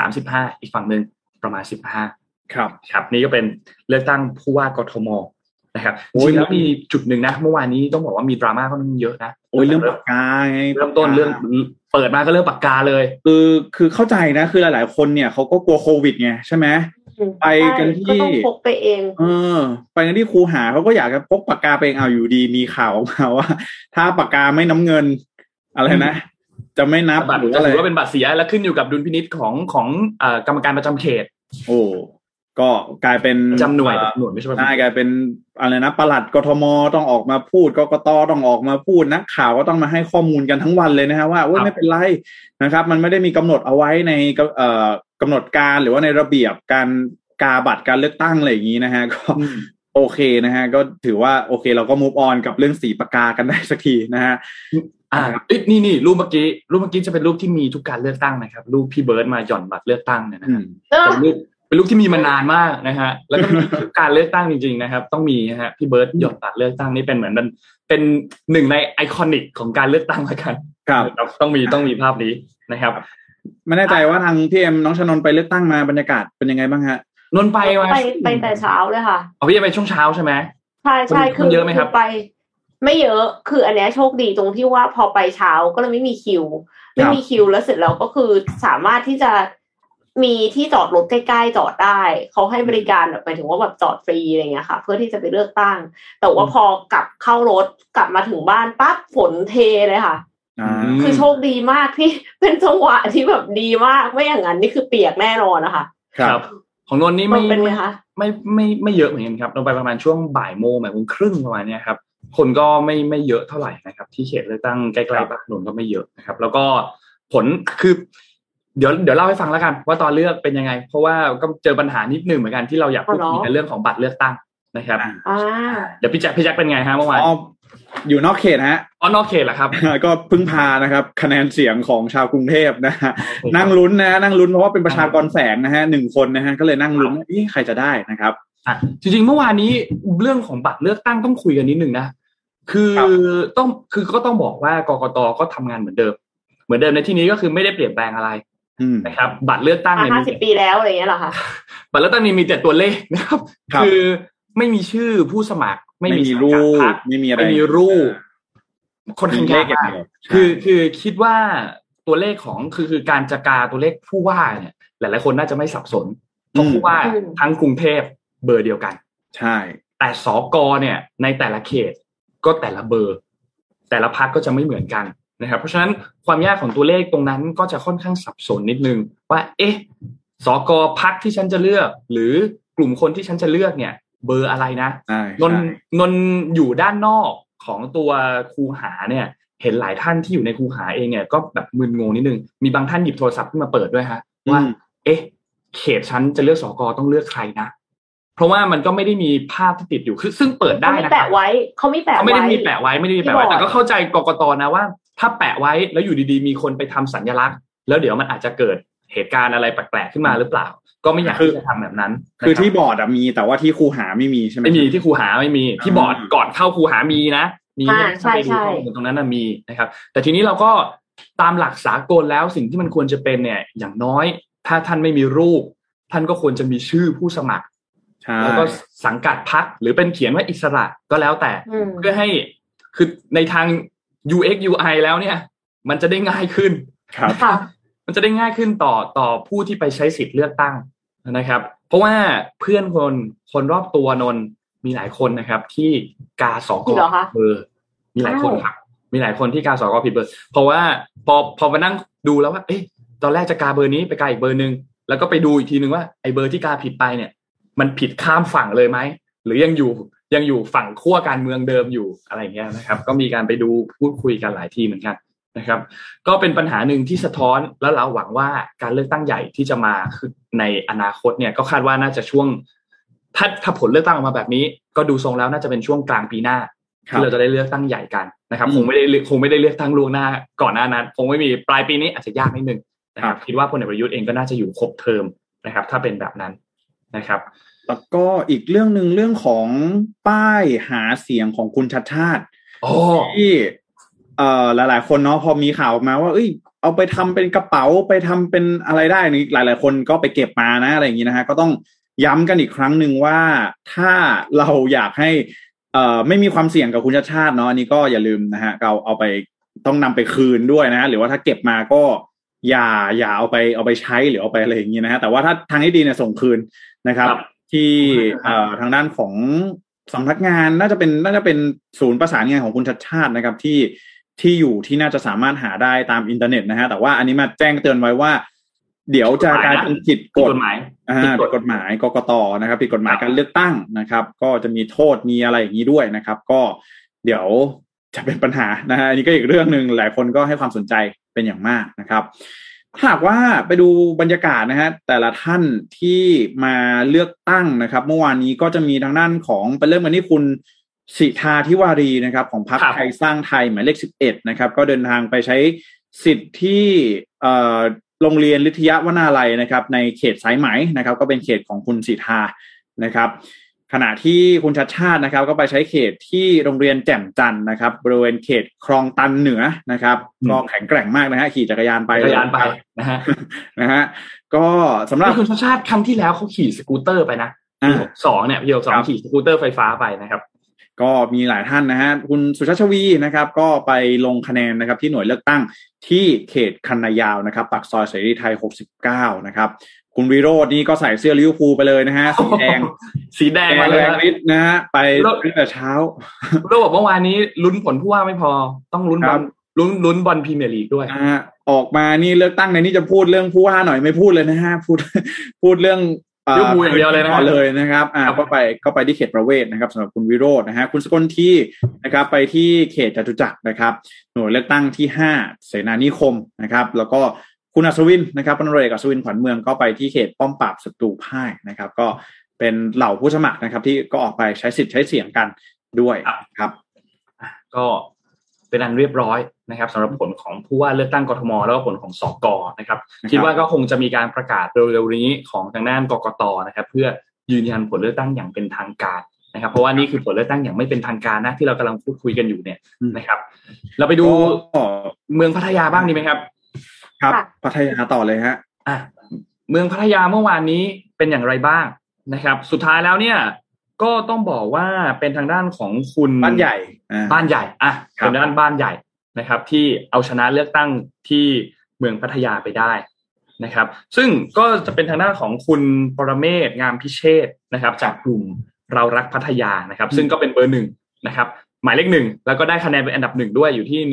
[SPEAKER 2] 35อีกฝั่งนึงประมาณ15ครับนี่ก็เป็นเลือกตั้งผู้ว่ากทมนะครับจริงแล้วมีจุดหนึ่งนะเมื่อวานนี้ต้องบอกว่ามีดราม่าค่อนข้างเยอะนะ
[SPEAKER 3] เรื่องปากกาไง
[SPEAKER 2] เริ่มต้นเรื่องเปิดมาก็เรื่องปากกาเลย
[SPEAKER 3] คือเข้าใจนะคือหลายๆคนเนี่ยเขาก็กลัวโควิดไงใช่ไหมไปกันที่
[SPEAKER 4] ก็ต้องพกไปเอง
[SPEAKER 3] ไปกันที่คูหาเขาก็อยากจะพกปากกาไปเองเอาอยู่ดีมีข่าวออกมาว่าถ้าปากกาไม่น้ำเงินอะไรนะจะไม่นับ
[SPEAKER 2] หรืออะไรถือว่าเป็นบัตรเสียแล้วขึ้นอยู่กับดุลพินิจของกรรมการประจำเขต
[SPEAKER 3] ก็กลายเป็น
[SPEAKER 2] จำหน่วยไม่ใช่
[SPEAKER 3] กลายเป็นอะไรนะปลัดกทมต้องออกมาพูดกกตต้องออกมาพูดนักข่าวก็ต้องมาให้ข้อมูลกันทั้งวันเลยนะฮะว่าไม่เป็นไรนะครับมันไม่ได้มีกำหนดเอาไว้ในกำหนดการหรือว่าในระเบียบการกาบัตรการเลือกตั้งอะไรอย่างนี้นะฮะก็โอเคนะฮะก็ถือว่าโอเคเราก็ move on กับเรื่องสีปากกากันได้สักทีนะฮะ
[SPEAKER 2] นี่รูปเมื่อกี้จะเป็นรูปที่มีทุกการเลือกตั้งนะครับรูปพี่เบิร์ดมาหย่อนบัตรเลือกตั้งเนี่ยนะครับเป็นรูปที่มีมานานมากนะฮะแล้วก็มีการเลือกตั้งจริงๆนะครับต้องมีนะฮะพี่เบิร์ดหย่อนบัตรเลือกตั้งนี่เป็นเหมือนมันเป็นหนึ่งในไอคอนิกของการเลือกตั้งละกัน
[SPEAKER 3] ครับ
[SPEAKER 2] ต้องมีภาพนี้นะครับ
[SPEAKER 3] ไม่แน่ใจว่าทางพี่เอ็มน้องชนนไปเลือกตั้งมาบรรยากาศเป็นยังไงบ้างฮะ
[SPEAKER 2] นนไป
[SPEAKER 4] แต่เช้าเลยค่ะ
[SPEAKER 2] พี่ไปช่วงเช้าใช่ไหม
[SPEAKER 4] ใช่คือ
[SPEAKER 2] เยอะไหมครับ
[SPEAKER 4] ไปไม่เยอะคืออันนี้โชคดีตรงที่ว่าพอไปเช้าก็เลยไม่มีคิวแล้วเสร็จแล้วก็คือสามารถที่จะมีที่จอดรถใกล้ๆจอดได้เขาให้บริการแบบหมายถึงว่าแบบจอดฟรีอะไรเงี้ยค่ะเพื่อที่จะไปเลือกตั้งแต่ว่าพอกลับเข้ารถกลับมาถึงบ้านปั๊บฝนเทเลยค่ะคือโชคดีมากที่เป็นจังหวะที่แบบดีมากไม่อย่างนั้นนี่คือเปียกแน่นอนนะคะ
[SPEAKER 2] ครับของนนนี่
[SPEAKER 4] ไม่เป็นไงคะ
[SPEAKER 2] ไม่เยอะเหมือนกันครับเราไปประมาณช่วงบ่ายโมงครึ่งประมาณนี้ครับคนก็ไม่เยอะเท่าไหร่นะครับที่เขตเลือกตั้งใกล้ๆบ้านนนก็ไม่เยอะนะครับแล้วก็ผลคือเดี๋ยวเล่าให้ฟังแล้วกันว่าตอนเลือกเป็นยังไงเพราะว่าก็เจอปัญหานิดนึงเหมือนกันที่เราอยากพูดคุยในเรื่องของบัตรเลือกตั้งนะครับเดี๋ยวพี่แจ็คเป็นไงฮะเมื่อวาน
[SPEAKER 3] อยู่นอกเขตฮะ
[SPEAKER 2] นอกเขตเหรอครับ
[SPEAKER 3] ก็พึ่งพานะครับคะแนนเสียงของชาวกรุงเทพนะฮะนั่งลุ้นเพราะว่าเป็นประชากรแฝงนะฮะ1คนนะฮะก็เลยนั่งลุ้นใครจะได้นะครับ
[SPEAKER 2] จริงๆเมื่อวานนี้เรื่องของบัตรเลือกตั้งต้องคุยกันนิดนึงนะคือก็ต้องบอกว่ากกต.ก็ทำงานเหมือนเดิมในที่นี้ก็คือไม่ได้เปลี่ยนแปลงอะไรนะครับบัตรเลือกตั้ง
[SPEAKER 4] เนี่ย50 ปีแล้วอะไรอย่างเงี้ยเหรอคะ
[SPEAKER 2] บัตรเลือกตั้งมีแต่ตัวเลขนะครับคือไม่มีชื่อผู้สมัครไม่มี
[SPEAKER 3] รูปไม่มีอะไร
[SPEAKER 2] ไม่มีรูปคนข้างยากคือคิดว่าตัวเลขของคือการจัดการตัวเลขผู้ว่าเนี่ยหลายๆคนน่าจะไม่สับสนเพราะผู้ว่าทั้งกรุงเทพเบอร์เดียวกัน
[SPEAKER 3] ใช่
[SPEAKER 2] แต่สกเนี่ยในแต่ละเขตก็แต่ละเบอร์แต่ละพรรคก็จะไม่เหมือนกันนะครับเพราะฉะนั้นความยากของตัวเลขตรงนั้นก็จะค่อนข้างสับสนนิดนึงว่าสกพรรคที่ฉันจะเลือกหรือกลุ่มคนที่ฉันจะเลือกเนี่ยเบอร์อะไรนะนนอยู่ด้านนอกของตัวคูหาเนี่ยเห็นหลายท่านที่อยู่ในคูหาเองเนี่ยก็แบบมึนงงนิดนึงมีบางท่านหยิบโทรศัพท์ขึ้นมาเปิดด้วยฮะว่าเขตฉันจะเลือกสกต้องเลือกใครนะเพราะว่ามันก็ไม่ได้มีภาพที่ติดอยู่คือซึ่งเปิดได้นะ
[SPEAKER 4] แปะไว้เขาไม่
[SPEAKER 2] ได้มีแปะไว้แต่ก็เข้าใจกกต.นะว่าถ้าแปะไว้แล้วอยู่ดีๆมีคนไปทำสัญลักษณ์แล้วเดี๋ยวมันอาจจะเกิดเหตุการณ์อะไรแปลกๆขึ้นมาหรือเปล่าก็ไม่อยากที่จะทำแบบนั้น
[SPEAKER 3] คือที่บอร์ดมีแต่ว่าที่คูหาไม่มีใช่ไหม
[SPEAKER 2] ไม่มีที่คูหาไม่มีที่บอร์ดก่อนเข้าคูหามีนะมีใช่ใช่ตรงนั้นมีนะครับแต่ทีนี้เราก็ตามหลักสากลแล้วสิ่งที่มันควรจะเป็นเนี่ยอย่างน้อยถ้าท่านไม่มีรูปท่านก็ควรจะมีชื่อผู้สมัครแล้วก็สังกัดพรรคหรือเป็นเขียนว่าอิสระก็แล้วแต่เพื่อให้คือในทาง UX UI แล้วเนี่ยมันจะได้ง่ายขึ้น
[SPEAKER 3] ครับ
[SPEAKER 2] มันจะได้ง่ายขึ้นต่อผู้ที่ไปใช้สิทธิ์เลือกตั้งนะครับเพราะว่าเพื่อนคนรอบตัวนนมีหลายคนนะครับที่กาสกเบอร์มีหลายคนครับมีหลายคนที่กาสกผิดเบอร์เพราะว่าพอมานั่งดูแล้วว่าตอนแรกจะกาเบอร์นี้ไปกาอีกเบอร์นึงแล้วก็ไปดูอีกทีนึงว่าไอ้เบอร์ที่กาผิดไปเนี่ยมันผิดข้ามฝั่งเลยไหมหรือยังอยู่ฝั่งขั้วการเมืองเดิมอยู่อะไรเงี้ยนะครับก็มีการไปดูพูดคุยกันหลายทีเหมือนกันนะครับก็เป็นปัญหาหนึ่งที่สะท้อนแล้วเราหวังว่าการเลือกตั้งใหญ่ที่จะมาคือในอนาคตเนี่ยก็คาดว่าน่าจะช่วงถ้าผลเลือกตั้งออกมาแบบนี้ก็ดูทรงแล้วน่าจะเป็นช่วงกลางปีหน้าที่เราจะได้เลือกตั้งใหญ่กันนะครับคงไม่ได้เลือกตั้งล่วงหน้าก่อนหน้านั้นคงไม่มีปลายปีนี้อาจจะยากนิดนึงนะครับคิดว่าพลเอกประยุทธ์เองก็น่าจะอยู่ครบเทอมนะครับถ้าเป็นแบบนั้นนะครับ
[SPEAKER 3] แล้วก็อีกเรื่องนึงเรื่องของป้ายหาเสียงของคุณชัชชาติที่หลายๆคนเนาะพอมีข่าวออกมาว่าเอาไปทำเป็นกระเป๋าไปทำเป็นอะไรได้นี่หลายๆคนก็ไปเก็บมานะอะไรอย่างนี้นะฮะก็ต้องย้ำกันอีกครั้งหนึ่งว่าถ้าเราอยากให้ไม่มีความเสี่ยงกับคุณชัชชาติเนาะอันนี้ก็อย่าลืมนะฮะเอาไปต้องนำไปคืนด้วยนะหรือว่าถ้าเก็บมาก็อย่าเอาไปใช้หรือเอาไปอะไรอย่างนี้นะฮะแต่ว่าถ้าทางที่ดีเนี่ยส่งคืนนะครับที่ทางด้านของสำนักงานน่าจะเป็นศูนย์ประสานงานของคุณชัชชาตินะครับที่อยู่ที่น่าจะสามารถหาได้ตามอินเทอร์เน็ตนะฮะแต่ว่าอันนี้มาแจ้งเตือนไว้ว่าเดี๋ยวจะกลายเป็นผิดกฎหมายกกต.นะครับผิดกฎหมายการเลือกตั้งนะครับก็จะมีโทษมีอะไรอย่างนี้ด้วยนะครับก็เดี๋ยวจะเป็นปัญหานะฮะอันนี้ก็อีกเรื่องนึงหลายคนก็ให้ความสนใจเป็นอย่างมากนะครับหากว่าไปดูบรรยากาศนะฮะแต่ละท่านที่มาเลือกตั้งนะครับเมื่อวานนี้ก็จะมีทางด้านของไปเริ่มกันที่คุณสิทาธิวารีนะครับของพรรคไทยสร้างไทยหมายเลข11นะครับก็เดินทางไปใช้สิทธิ์ที่โรงเรียนฤทยาวนาลัยนะครับในเขตสายไหมนะครับก็เป็นเขตของคุณสิทานะครับขณะที่คุณชัชชาตินะครับก็ไปใช้เขตที่โรงเรียนแจ่มจันทร์นะครับบริเวณเขตคลองตันเหนือนะครับก็แข็งแกร่งมากนะฮะขี่จักรยานไป
[SPEAKER 2] นะฮะ
[SPEAKER 3] ก็สำหรับ
[SPEAKER 2] คุณชัชชาติครั้งที่แล้วเขาขี่สกูตเตอร์ไปนะปี62เนี่ยปี62ขี่สกูตเตอร์ไฟฟ้าไปนะครับ
[SPEAKER 3] ก็มีหลายท่านนะฮะคุณสุชาติชวีนะครับก็ไปลงคะแนนนะครับที่หน่วยเลือกตั้งที่เขตคันนายาวนะครับปากซอยเสรีไทย69นะครับคุณวิโรจน์นี่ก็ใส่เสื้อลิเวอร์พูลไปเลยนะฮะสีแดงมาเลยนะฮะไปตั้งแต่เช้า
[SPEAKER 2] เราบอกเมื่อวานนี้ลุ้นผลผู้ว่าไม่พอต้องลุ้นบอลพรีเมียร์ลีกด้วย
[SPEAKER 3] ออกมานี่เลือกตั้งในนี้จะพูดเรื่องผู้ว่าหน่อยไม่พูดเลยนะฮะพูดเรื่อง
[SPEAKER 2] ลิเวอร์พูลอย่างเดียวเลยนะ
[SPEAKER 3] เลยนะครับก็ไปที่เขตประเวศนะครับสำหรับคุณวิโรจน์นะฮะคุณสกลทีนะครับไปที่เขตจตุจักรนะครับหน่วยเลือกตั้งที่5เสนานิคมนะครับแล้วก็คุณอัศวินนะครับพลตำรวจเอกอัศวินขวัญเมืองก็ไปที่เขตป้อมปราบศัตรูพ่ายนะครับก็เป็นเหล่าผู้สมัครนะครับที่ก็ออกไปใช้สิทธิ์ใช้เสียงกันด้วยครับ
[SPEAKER 2] ก็เป็นอันเรียบร้อยนะครับสำหรับผลของผู้ว่าเลือกตั้งกทมแล้วก็ผลของสก.นะครับคิดว่าก็คงจะมีการประกาศเร็วๆนี้ของทางด้านกกต.นะครับเพื่อยืนยันผลเลือกตั้งอย่างเป็นทางการนะครับเพราะว่านี่คือผลเลือกตั้งอย่างไม่เป็นทางการนะที่เรากำลังพูดคุยกันอยู่เนี่ยนะครับเราไปดูเมืองพัทยาบ้างดีไหมครับ
[SPEAKER 3] ครับพัทยาต่อเลยฮะ
[SPEAKER 2] เมืองพัทยาเมื่อวานนี้เป็นอย่างไรบ้างนะครับสุดท้ายแล้วเนี่ยก็ต้องบอกว่าเป็นทางด้านของคุณ
[SPEAKER 3] บ้านใหญ่
[SPEAKER 2] เป็นด้านบ้านใหญ่นะครับที่เอาชนะเลือกตั้งที่เมืองพัทยาไปได้นะครับซึ่งก็จะเป็นทางด้านของคุณปรเมศงามพิเชษนะครับจากกลุ่มเรารักพัทยานะครับซึ่งก็เป็นเบอร์1นะครับหมายเลข1แล้วก็ได้คะแนนเป็นอันดับ1ด้วยอยู่ที่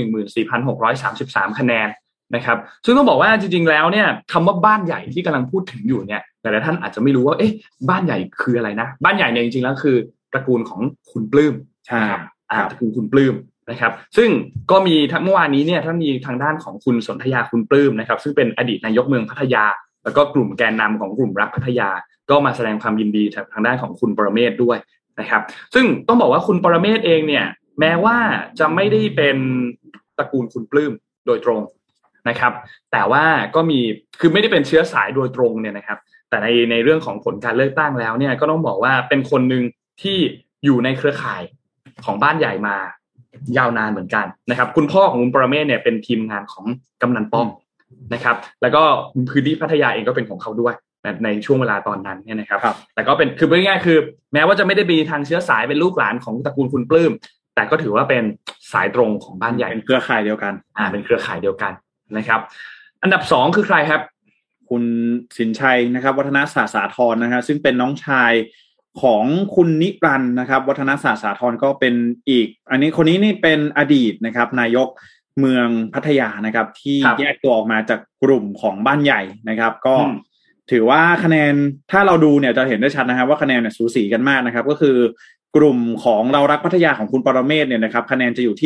[SPEAKER 2] 14,633 คะแนนนะครับซึ่งต้องบอกว่าจริงๆแล้วเนี่ยคำว่าบ้านใหญ่ที่กำลังพูดถึงอยู่เนี่ยแต่ละท่านอาจจะไม่รู้ว่าเอ๊ะบ้านใหญ่คืออะไรนะบ้านใหญ่เนี่ยจริงๆแล้วคือตระกูลของคุณปลื้ม
[SPEAKER 3] ใช่ครับ
[SPEAKER 2] ตระกูลคุณปลื้มนะครับซึ่งก็มีเมื่อวานนี้เนี่ยท่านมีทางด้านของคุณสนธยาคุณปลื้มนะครับซึ่งเป็นอดีตนายกเมืองพัทยาแล้วก็กลุ่มแกนนำของกลุ่มรักพัทยาก็มาแสดงความยินดีทางด้านของคุณปรเมศด้วยนะครับซึ่งต้องบอกว่าคุณปรเมศเองเนี่ยแม้ว่าจะไม่ได้เป็นตระกูลคุณปลื้มโดยตรงนะครับแต่ว่าก็มีคือไม่ได้เป็นเชื้อสายโดยตรงเนี่ยนะครับแต่ในเรื่องของผลการเลือกตั้งแล้วเนี่ยก็ต้องบอกว่าเป็นคนหนึ่งที่อยู่ในเครือข่ายของบ้านใหญ่มายาวนานเหมือนกันนะครับคุณพ่อของคุณปรเมศเนี่ยเป็นทีมงานของกำนันป้อมนะครับแล้วก็พื้นที่พัทยาเองก็เป็นของเขาด้วยในช่วงเวลาตอนนั้นเนี่ยนะครับแต่ก็เป็นคือง่ายๆคือแม้ว่าจะไม่ได้มีทางเชื้อสายเป็นลูกหลานของตระกูลคุณปลื้มแต่ก็ถือว่าเป็นสายตรงของบ้านใหญ่
[SPEAKER 3] เป็นเครือข่ายเดียวกัน
[SPEAKER 2] เป็นเครือข่ายเดียวกันนะครับอันดับ2คือใครครับ
[SPEAKER 3] คุณสินชัยนะครับวัฒนศาสตร์สาธรนะฮะซึ่งเป็นน้องชายของคุณนิรันดร์นะครับวัฒนศาสตร์สาธรก็เป็นอีกอันนี้คนนี้นี่เป็นอดีตนะครับนายกเมืองพัทยานะครับที่แยกตัวออกมาจากกลุ่มของบ้านใหญ่นะครับก็ถือว่าคะแนนถ้าเราดูเนี่ยจะเห็นได้ชัดนะครับว่าคะแนนเนี่ยสูสีกันมากนะครับก็คือกลุ่มของเรารักพัทยาของคุณปรเมศเนี่ยนะครับคะแนนจะอยู่ที่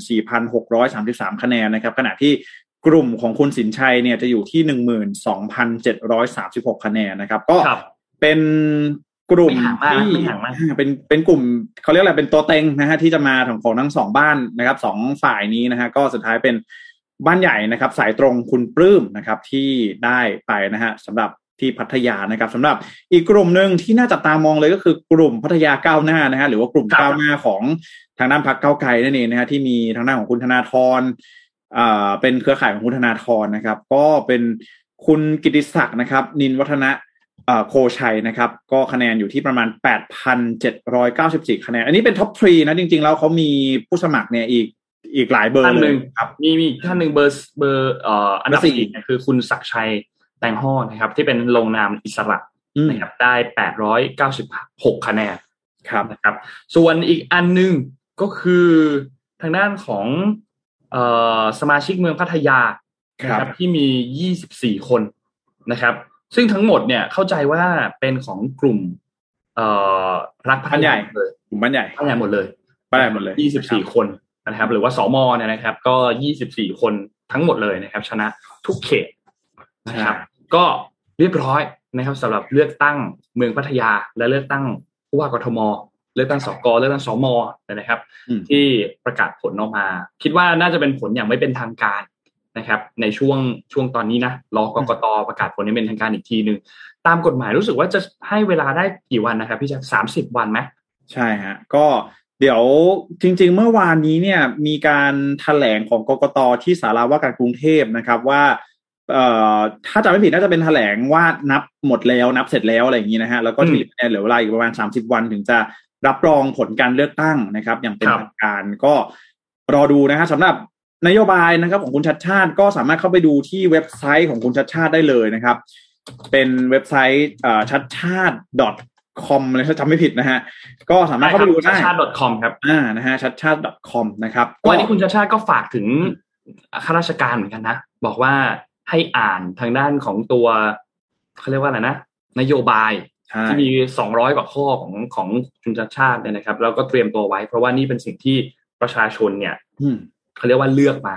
[SPEAKER 3] 14,633 คะแนนนะครับขณะที่กลุ่มของคุณสินชัยเนี่ยจะอยู่ที่ 12,736 คะแนนนะครับก็เป็นกลุ่มที่เป็นกลุ่มเขาเรียกอะไรเป็นตัวเต็งนะฮะที่จะมาของทั้ง2บ้านนะครับ2ฝ่ายนี้นะฮะก็สุดท้ายเป็นบ้านใหญ่นะครับสายตรงคุณปลื้มนะครับที่ได้ไปนะฮะสำหรับที่พัทยานะครับสำหรับอีกกลุ่มหนึ่งที่น่าจับตามองเลยก็คือกลุ่มพัทยาก้าวหน้านะฮะหรือว่ากลุ่มก้าวหน้าของทางด้านพรรคก้าวไกลนั่นเองนะฮะที่มีทางด้านของคุณธนาธรเป็นเครือข่ายของคุณธนาธรนะครับก็เป็นคุณกิติศักดิ์นะครับนินวัฒนะโคชัยนะครับก็คะแนนอยู่ที่ประมาณ 8,794 คะแนนอันนี้เป็นท็อป3นะจริงๆแล้วเขามีผู้สมัครเนี่ยอีกหลายเบอร์เลย
[SPEAKER 2] ครับมีท่านนึงเบอร์อันดับ4คือคุณศักดิ์ชัยแตงฮ้อนะครับที่เป็นลงนามอิสระนะครับได้896คะแนน
[SPEAKER 3] ครับ
[SPEAKER 2] นะครับส่วนอีกอันนึงก็คือทางด้านของสมาชิกเมืองพัทยานะครับที่มี24คนนะครับซึ่งทั้งหมดเนี่ยเข้าใจว่าเป็นของกลุ่มรักพัทยาเลย
[SPEAKER 3] กลุ่มบ้านใหญ่
[SPEAKER 2] หมดเลย24คนนะครับหรือว่าสมเนี่ยนะครับก็24คนทั้งหมดเลยนะครับชนะทุกเขตนะครับก็เรียบร้อยนะครับสำหรับเลือกตั้งเมืองพัทยาและเลือกตั้งผู้ว่ากทมเลือกตั้งสก.เลือกตั้งสม.นะครับที่ประกาศผลออกมาคิดว่าน่าจะเป็นผลอย่างไม่เป็นทางการนะครับในช่วงตอนนี้นะรอกกต.ประกาศผลนี้เป็นทางการอีกทีนึงตามกฎหมายรู้สึกว่าจะให้เวลาได้กี่วันนะครับพี่แจ็ค30 วันไหม
[SPEAKER 3] ใช่ฮะก็เดี๋ยวจริงๆเมื่อวานนี้เนี่ยมีการแถลงของกกต.ที่ศาลาว่าการกรุงเทพนะครับว่าถ้าจำไม่ผิดน่าจะเป็นแถลงว่านับหมดแล้วนับเสร็จแล้วอะไรอย่างนี้นะฮะแล้วก็เหลือเวลาอีกประมาณ30 วันถึงจะรับรองผลการเลือกตั้งนะครับอย่างเป็นทางการก็รอดูนะฮะสำหรับนโยบายนะครับของคุณชัชชาติก็สามารถเข้าไปดูที่เว็บไซต์ของคุณชัชชาติได้เลยนะครับเป็นเว็บไซต์ชัชชาติ .com เลยถ้าจำไม่ผิดนะฮะก็สามารถเข้าไปดูได้
[SPEAKER 2] ชัชชาติ .com ครับ
[SPEAKER 3] นะฮะชัชชาติ .com นะครับ
[SPEAKER 2] วันนี้คุณชัชชาติก็ฝากถึงข้าราชการเหมือนกันนะบอกว่าให้อ่านทางด้านของตัวเขาเรียกว่าอะไรนะนโยบายที่มี200 กว่าข้อของคุณชัชชาติเนี่ยนะครับแล้วก็เตรียมตัวไว้เพราะว่านี่เป็นสิ่งที่ประชาชนเนี่ยเขาเรียกว่าเลือกมา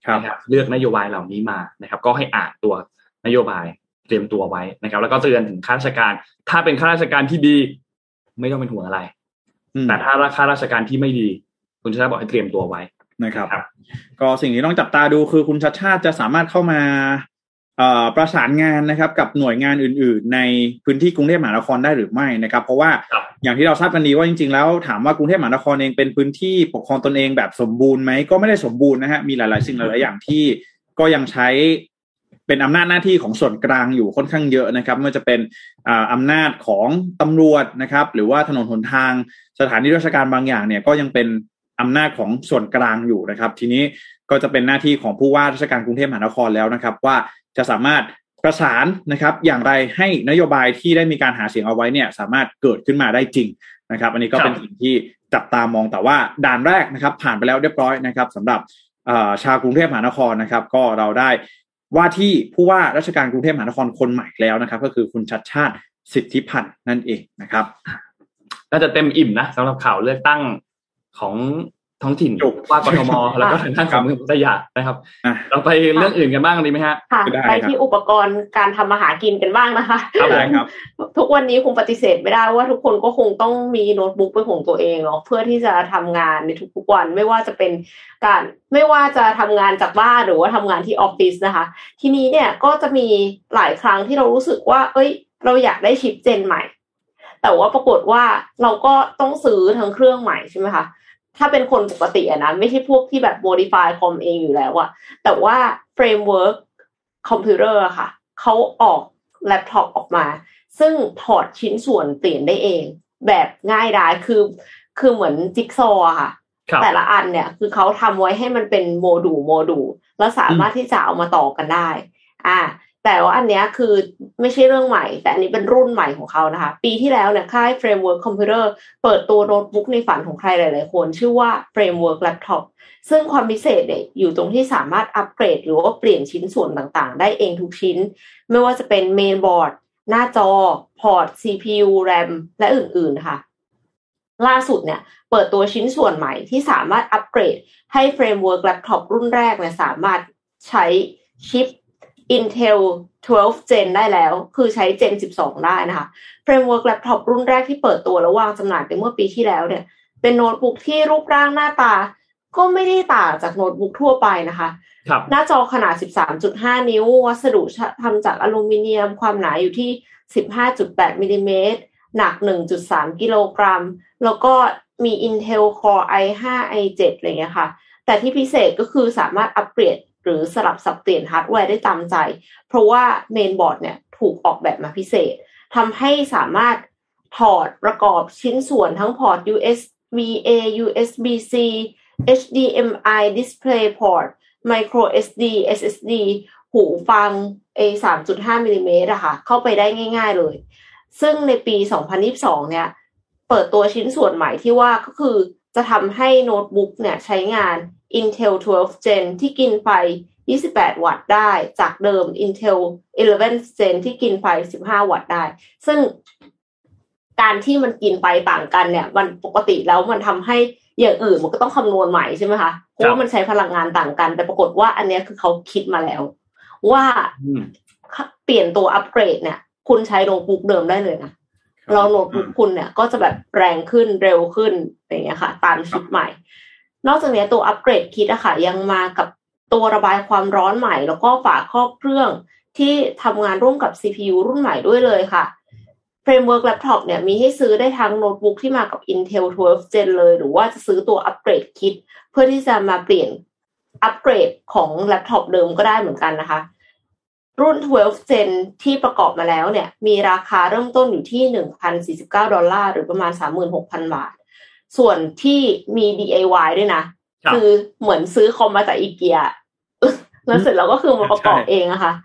[SPEAKER 2] นะครับเลือกนโยบายเหล่านี้มานะครับก็ให้อ่านตัวนโยบายเตรียมตัวไว้นะครับแล้วก็เตือนถึงข้าราชการถ้าเป็นข้าราชการที่ดีไม่ต้องเป็นห่วงอะไรแต่ถ้าข้าราชการที่ไม่ดีคุณชัชชาติบอกให้เตรียมตัวไว้
[SPEAKER 3] นะครับก็สิ่งที่ต้องจับตาดูคือคุณชัชชาติจะสามารถเข้ามาประสานงานนะครับกับหน่วยงานอื่นๆในพื้นที่กรุงเทพมหานครได้หรือไม่นะครับเพราะว่าอย่างที่เราทราบกันดีว่าจริงๆแล้วถามว่ากรุงเทพมหานครเองเป็นพื้นที่ปกครองตนเองแบบสมบูรณ์ไหมก็ไม่ได้สมบูรณ์นะฮะมีหลายๆสิ่งหลายๆอย่างที่ก็ยังใช้เป็นอำนาจหน้าที่ของส่วนกลางอยู่ค่อนข้างเยอะนะครับไม่ว่าจะเป็นอำนาจของตำรวจนะครับหรือว่าถนนหนทางสถานที่ราชการบางอย่างเนี่ยก็ยังเป็นอำนาจของส่วนกลางอยู่นะครับทีนี้ก็จะเป็นหน้าที่ของผู้ว่าราชการกรุงเทพมหานครแล้วนะครับว่าจะสามารถประสานนะครับอย่างไรให้นโยบายที่ได้มีการหาเสียงเอาไว้เนี่ยสามารถเกิดขึ้นมาได้จริงนะครับอันนี้ก็เป็นสิ่งที่จับตามองแต่ว่าด่านแรกนะครับผ่านไปแล้วเรียบร้อยนะครับสำหรับชาวกรุงเทพมหานครนะครับก็เราได้ว่าที่ผู้ว่าราชการกรุงเทพมหานครคนใหม่แล้วนะครับก็คือคุณชัชชาติสิทธิพันธ์นั่นเองนะครับ
[SPEAKER 2] น่าจะเต็มอิ่มนะสำหรับข่าวเลือกตั้งของท้องถิ่นว่ากทมแล้วก็ทางด้านของเมืองพัทยานะครับเราไปเรื่องอื่นกันบ้างดีไหมฮะ
[SPEAKER 4] ไปที่อุปกรณ์การทำอาหารกินกันบ้างนะคะ
[SPEAKER 3] ครับ
[SPEAKER 4] ทุกวันนี้คงปฏิเสธไม่ได้ว่าทุกคนก็คงต้องมีโน้ตบุ๊กเป็นของตัวเองเนาะเพื่อที่จะทำงานในทุกๆวันไม่ว่าจะทำงานจากบ้านหรือว่าทำงานที่ออฟฟิศนะคะทีนี้เนี่ยก็จะมีหลายครั้งที่เรารู้สึกว่าเราอยากได้ชิปเจนใหม่แต่ว่าปรากฏว่าเราก็ต้องซื้อทั้งเครื่องใหม่ใช่ไหมคะถ้าเป็นคนปกตินะไม่ใช่พวกที่แบบ modify คอมเองอยู่แล้วอะแต่ว่า framework computer อะค่ะเขาออกแล็ปท็อปออกมาซึ่งถอดชิ้นส่วนเปลี่ยนได้เองแบบง่ายดายคือเหมือนจิ๊กซอว์อะค่ะแต่ละอันเนี่ยคือเขาทำไว้ให้มันเป็นโมดูลแล้วสามารถที่จะเอามาต่อกันได้แต่ว่าอันเนี้ยคือไม่ใช่เรื่องใหม่แต่อันนี้เป็นรุ่นใหม่ของเขานะคะปีที่แล้วเนี่ยค่าย Framework Computer เปิดตัวโน้ตบุ๊กในฝันของใครหลายๆคนชื่อว่า Framework Laptop ซึ่งความพิเศษเนี่ยอยู่ตรงที่สามารถอัปเกรดหรือว่าเปลี่ยนชิ้นส่วนต่างๆได้เองทุกชิ้นไม่ว่าจะเป็นเมนบอร์ดหน้าจอพอร์ต CPU RAM และอื่นๆค่ะล่าสุดเนี่ยเปิดตัวชิ้นส่วนใหม่ที่สามารถอัปเกรดให้ Framework Laptop รุ่นแรกเนี่ยสามารถใช้ชิปIntel 12 Gen ได้แล้วคือใช้ Gen 12 ได้นะคะ Framework Laptop รุ่นแรกที่เปิดตัวแล้ววางจำหน่ายไปเมื่อปีที่แล้วเนี่ยเป็นโน้ตบุ๊กที่รูปร่างหน้าตาก็ไม่ได้ต่างจากโน้ตบุ๊กทั่วไปนะคะหน้าจอขนาด 13.5 นิ้ววัสดุทำจากอลูมิเนียมความหนาอยู่ที่ 15.8 มิลลิเมตรหนัก 1.3 กิโลกรัมแล้วก็มี Intel Core i5 i7 อะไรเงี้ยค่ะแต่ที่พิเศษก็คือสามารถอัปเกรดหรือสลับสับเปลี่ยนฮาร์ดแวร์ได้ตามใจเพราะว่าเมนบอร์ดเนี่ยถูกออกแบบมาพิเศษทำให้สามารถถอดประกอบชิ้นส่วนทั้งพอร์ต USB A USB C HDMI Display Port Micro SD SSD หูฟัง 3.5 มิลลิเมตรค่ะเข้าไปได้ง่ายๆเลยซึ่งในปี 2022 เนี่ยเปิดตัวชิ้นส่วนใหม่ที่ว่าก็คือจะทำให้โน้ตบุ๊กเนี่ยใช้งาน Intel 12 Gen ที่กินไฟ 28 วัตต์ได้จากเดิม Intel 11 Gen ที่กินไฟ 15 วัตต์ได้ซึ่งการที่มันกินไฟต่างกันเนี่ยมันปกติแล้วมันทำให้อย่างอื่นมันก็ต้องคำนวณใหม่ใช่ไหมคะเพราะว่ามันใช้พลังงานต่างกันแต่ปรากฏว่าอันนี้คือเขาคิดมาแล้วว่าเปลี่ยนตัวอัปเกรดเนี่ยคุณใช้โน้ตบุ๊กเดิมได้เลยนะเราโน้ตบุ๊กคุณเนี่ยก็จะแบบแรงขึ้นเร็วขึ้นอย่างเงี้ยค่ะตามชิปใหม่นอกจากนี้ตัวอัปเกรดคิดอะค่ะยังมากับตัวระบายความร้อนใหม่แล้วก็ฝาครอบเครื่องที่ทำงานร่วมกับ CPU รุ่นใหม่ด้วยเลยค่ะ Framework Laptop เนี่ยมีให้ซื้อได้ทั้งโน้ตบุ๊กที่มากับ Intel 12 Gen เลยหรือว่าจะซื้อตัวอัปเกรดคิดเพื่อที่จะมาเปลี่ยนอัปเกรดของแล็ปท็อปเดิมก็ได้เหมือนกันนะคะรุ่น 12 Gen ที่ประกอบมาแล้วเนี่ยมีราคาเริ่มต้นอยู่ที่ $1,049 หรือประมาณ 36,000 บาทส่วนที่มี DIY ด้วยนะคือเหมือนซื้อคอมมาจากอีเกียแล้วเสร็จแล้วก็คือมาประกอบเองอะค่ะ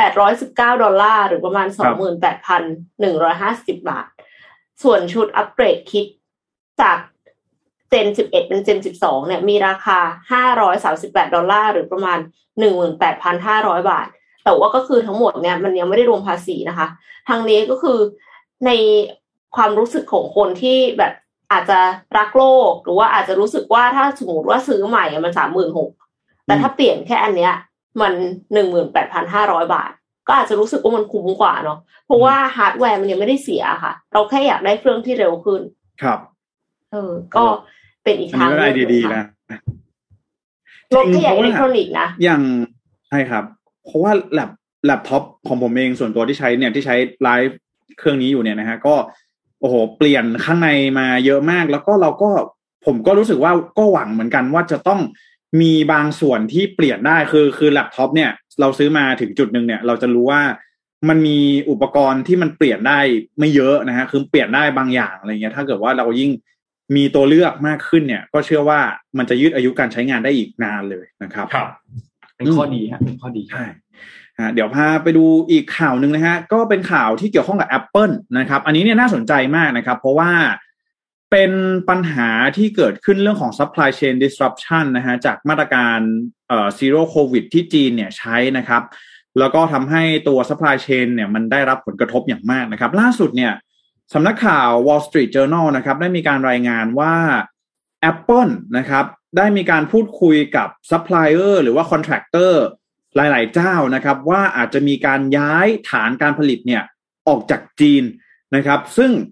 [SPEAKER 4] $819หรือประมาณ 28,150 บาทส่วนชุดอัปเกรดคิดจาก Gen 11 เป็น Gen 12 เนี่ยมีราคา$538หรือประมาณ 18,500 บาทแต่ว่าก็คือทั้งหมดเนี่ยมันยังไม่ได้รวมภาษีนะคะทางนี้ก็คือในความรู้สึกของคนที่แบบอาจจะรักโลกหรือว่าอาจจะรู้สึกว่าถ้าสมมติว่าซื้อใหม่มัน 36,000 แต่ถ้าเปลี่ยนแค่อันเนี้ยมัน 18,500 บาทก็อาจจะรู้สึกว่ามันคุ้มกว่าเนาะเพราะว่าฮาร์ดแวร์มันยังไม่ได้เสียค่ะเราแค่อยากได้เครื่องที่เร็วขึ้น
[SPEAKER 3] ครับ
[SPEAKER 4] ก็เป็นอีกทางนึง
[SPEAKER 3] ดีๆนะ
[SPEAKER 4] รถก็ใหญ่อิเล็กทรอนิกส์นะ
[SPEAKER 3] อย่างใช่ครับเพราะว่าแล็ปท็อปของผมเองส่วนตัวที่ใช้เนี่ยที่ใช้ไลฟ์เครื่องนี้อยู่เนี่ยนะฮะก็โอ้โหเปลี่ยนข้างในมาเยอะมากแล้วก็ผมก็รู้สึกว่าก็หวังเหมือนกันว่าจะต้องมีบางส่วนที่เปลี่ยนได้คือแล็ปท็อปเนี่ยเราซื้อมาถึงจุดนึงเนี่ยเราจะรู้ว่ามันมีอุปกรณ์ที่มันเปลี่ยนได้ไม่เยอะนะฮะคือเปลี่ยนได้บางอย่างอะไรเงี้ยถ้าเกิดว่าเรายิ่งมีตัวเลือกมากขึ้นเนี่ยก็เชื่อว่ามันจะยืดอายุการใช้งานได้อีกนานเลยนะครับ
[SPEAKER 2] ครับเป็นข้อดีฮะเป็นข้อดี
[SPEAKER 3] ใช่เดี๋ยวพาไปดูอีกข่าวนึงนะฮะก็เป็นข่าวที่เกี่ยวข้องกับ Apple นะครับอันนี้เนี่ยน่าสนใจมากนะครับเพราะว่าเป็นปัญหาที่เกิดขึ้นเรื่องของ supply chain disruption นะฮะจากมาตรการzero covid ที่จีนเนี่ยใช้นะครับแล้วก็ทำให้ตัว supply chain เนี่ยมันได้รับผลกระทบอย่างมากนะครับล่าสุดเนี่ยสำนักข่าว Wall Street Journal นะครับได้มีการรายงานว่า Apple นะครับได้มีการพูดคุยกับ supplier หรือว่า contractor หลายๆเจ้านะครับว่าอาจจะมีการย้ายฐานการผลิตเนี่ยออกจากจีนนะครับซึ่ง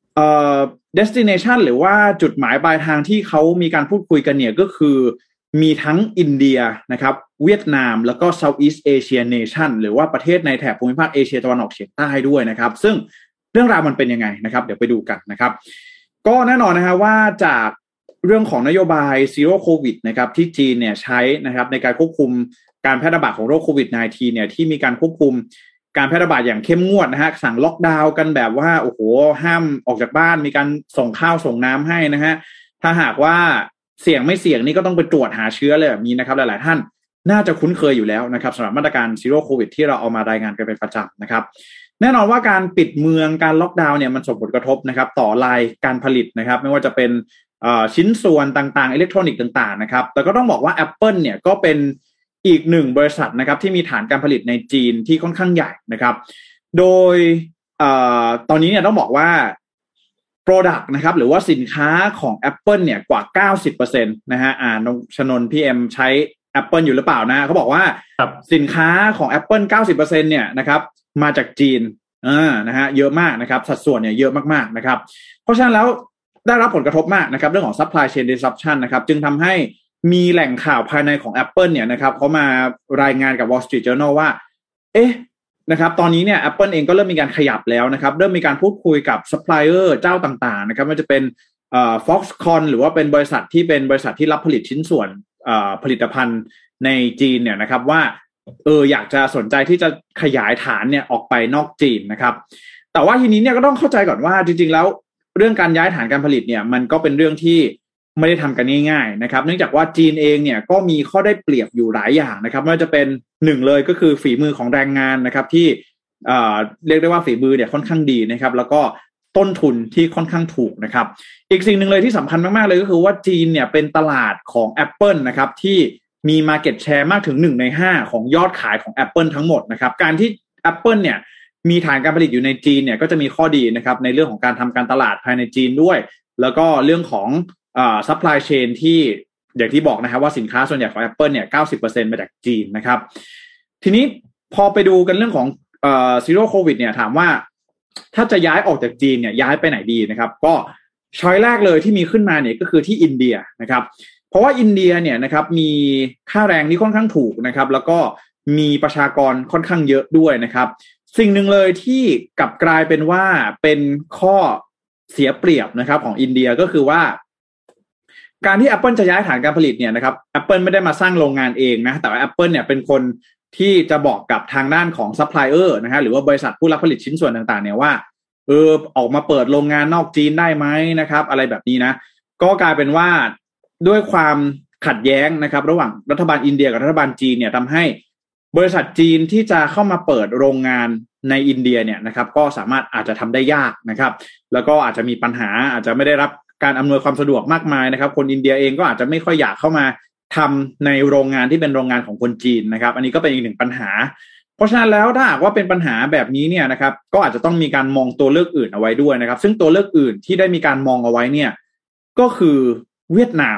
[SPEAKER 3] destination หรือว่าจุดหมายปลายทางที่เขามีการพูดคุยกันเนี่ยก็คือมีทั้งอินเดียนะครับเวียดนามแล้วก็ Southeast Asia Nation หรือว่าประเทศในแถบภูมิภาคเอเชียตะวันออกเฉียงใต้ด้วยนะครับซึ่งเรื่องราวมันเป็นยังไงนะครับเดี๋ยวไปดูกันนะครับก็แน่นอนนะครับว่าจากเรื่องของนโยบาย Zero Covid นะครับที่จีนเนี่ยใช้นะครับในการควบคุมการแพร่ระบาดของโรคโควิด -19 เนี่ยที่มีการควบคุมการแพร่ระบาดอย่างเข้มงวดนะฮะสั่งล็อกดาวน์กันแบบว่าโอ้โหห้ามออกจากบ้านมีการส่งข้าวส่งน้ำให้นะฮะถ้าหากว่าเสี่ยงไม่เสี่ยงนี่ก็ต้องไปตรวจหาเชื้อเลยแบบนี้นะครับหลายๆท่านน่าจะคุ้นเคยอยู่แล้วนะครับสำหรับมาตรการ Zero Covid ที่เราเอามารายงานกันเป็นประจำนะครับแน่นอนว่าการปิดเมืองการล็อกดาวน์เนี่ยมันส่งผลกระทบนะครับต่อรายการผลิตนะครับไม่ว่าจะเป็นชิ้นส่วนต่างๆอิเล็กทรอนิกส์ต่างๆนะครับแต่ก็ต้องบอกว่า Apple เนี่ยก็เป็นอีกหนึ่งบริษัทนะครับที่มีฐานการผลิตในจีนที่ค่อนข้างใหญ่นะครับโดยตอนนี้เนี่ยต้องบอกว่า Product นะครับหรือว่าสินค้าของ Apple เนี่ยกว่า 90% นะฮะน้องชนนท์พี่เอ็มใช้ Apple อยู่หรือเปล่านะเขาบอกว่าสินค้าของ Apple 90% เนี่ยนะครับมาจากจีนนะฮะเยอะมากนะครับสัดส่วนเนี่ยเยอะมากๆนะครับเพราะฉะนั้นแล้วได้รับผลกระทบมากนะครับเรื่องของ supply chain disruption นะครับจึงทำให้มีแหล่งข่าวภายในของ Apple เนี่ยนะครับเขามารายงานกับ Wall Street Journal ว่านะครับตอนนี้เนี่ย Apple เองก็เริ่มมีการขยับแล้วนะครับเริ่มมีการพูดคุยกับ supplier เจ้าต่างๆนะครับไม่ว่าจะเป็นFoxconn หรือว่าเป็นบริษัทที่รับผลิตชิ้นส่วนผลิตภัณฑ์ในจีนเนี่ยนะครับว่าอยากจะสนใจที่จะขยายฐานเนี่ยออกไปนอกจีนนะครับแต่ว่าทีนี้เนี่ยก็ต้องเข้าใจก่อนว่าจริงๆแล้วเรื่องการย้ายฐานการผลิตเนี่ยมันก็เป็นเรื่องที่ไม่ได้ทำกันง่ายๆนะครับเนื่องจากว่าจีนเองเนี่ยก็มีข้อได้เปรียบอยู่หลายอย่างนะครับไม่ว่าจะเป็นหนึ่งเลยก็คือฝีมือของแรงงานนะครับที่เรียกได้ว่าฝีมือเนี่ยค่อนข้างดีนะครับแล้วก็ต้นทุนที่ค่อนข้างถูกนะครับอีกสิ่งหนึ่งเลยที่สำคัญมากๆเลยก็คือว่าจีนเนี่ยเป็นตลาดของ Apple นะครับที่มี market share มากถึง1 ใน 5ของยอดขายของ Apple ทั้งหมดนะครับการที่ Apple เนี่ยมีฐานการผลิตอยู่ในจีนเนี่ยก็จะมีข้อดีนะครับในเรื่องของการทำการตลาดภายในจีนด้วยแล้วก็เรื่องของsupply chain ที่อย่างที่บอกนะครับว่าสินค้าส่วนใหญ่ของ Apple เนี่ย 90% มาจากจีนนะครับทีนี้พอไปดูกันเรื่องของZero Covid เนี่ยถามว่าถ้าจะย้ายออกจากจีนเนี่ยย้ายไปไหนดีนะครับก็ช้อยแรกเลยที่มีขึ้นมาเนี่ยก็คือที่อินเดียนะครับเพราะว่าอินเดียเนี่ยนะครับมีค่าแรงที่ค่อนข้างถูกนะครับแล้วก็มีประชากรค่อนข้างเยอะด้วยนะครับสิ่งหนึ่งเลยที่กลับกลายเป็นว่าเป็นข้อเสียเปรียบนะครับของอินเดียก็คือว่าการที่ Apple จะย้ายฐานการผลิตเนี่ยนะครับ Apple ไม่ได้มาสร้างโรงงานเองนะแต่ว่า Apple เนี่ยเป็นคนที่จะบอกกับทางด้านของซัพพลายเออร์นะฮะหรือว่าบริษัทผู้รับผลิตชิ้นส่วนต่างๆเนี่ยว่าออกมาเปิดโรงงานนอกจีนได้ไหมนะครับอะไรแบบนี้นะก็กลายเป็นว่าด้วยความขัดแย้งนะครับระหว่างรัฐบาลอินเดียกับรัฐบาลจีนเนี่ยทำให้บริษัทจีนที่จะเข้ามาเปิดโรงงานในอินเดียเนี่ยนะครับก็สามารถอาจจะทำได้ยากนะครับแล้วก็อาจจะมีปัญหาอาจจะไม่ได้รับการอำนวยความสะดวกมากมายนะครับคนอินเดียเองก็อาจจะไม่ค่อยอยากเข้ามาทำในโรงงานที่เป็นโรงงานของคนจีนนะครับอันนี้ก็เป็นอีกหนึ่งปัญหาเพราะฉะนั้นแล้วถ้าหากว่าเป็นปัญหาแบบนี้เนี่ยนะครับก็อาจจะต้องมีการมองตัวเลือกอื่นเอาไว้ด้วยนะครับซึ่งตัวเลือกอื่นที่ได้มีการมองเอาไว้เนี่ยก็คือเวียดนาม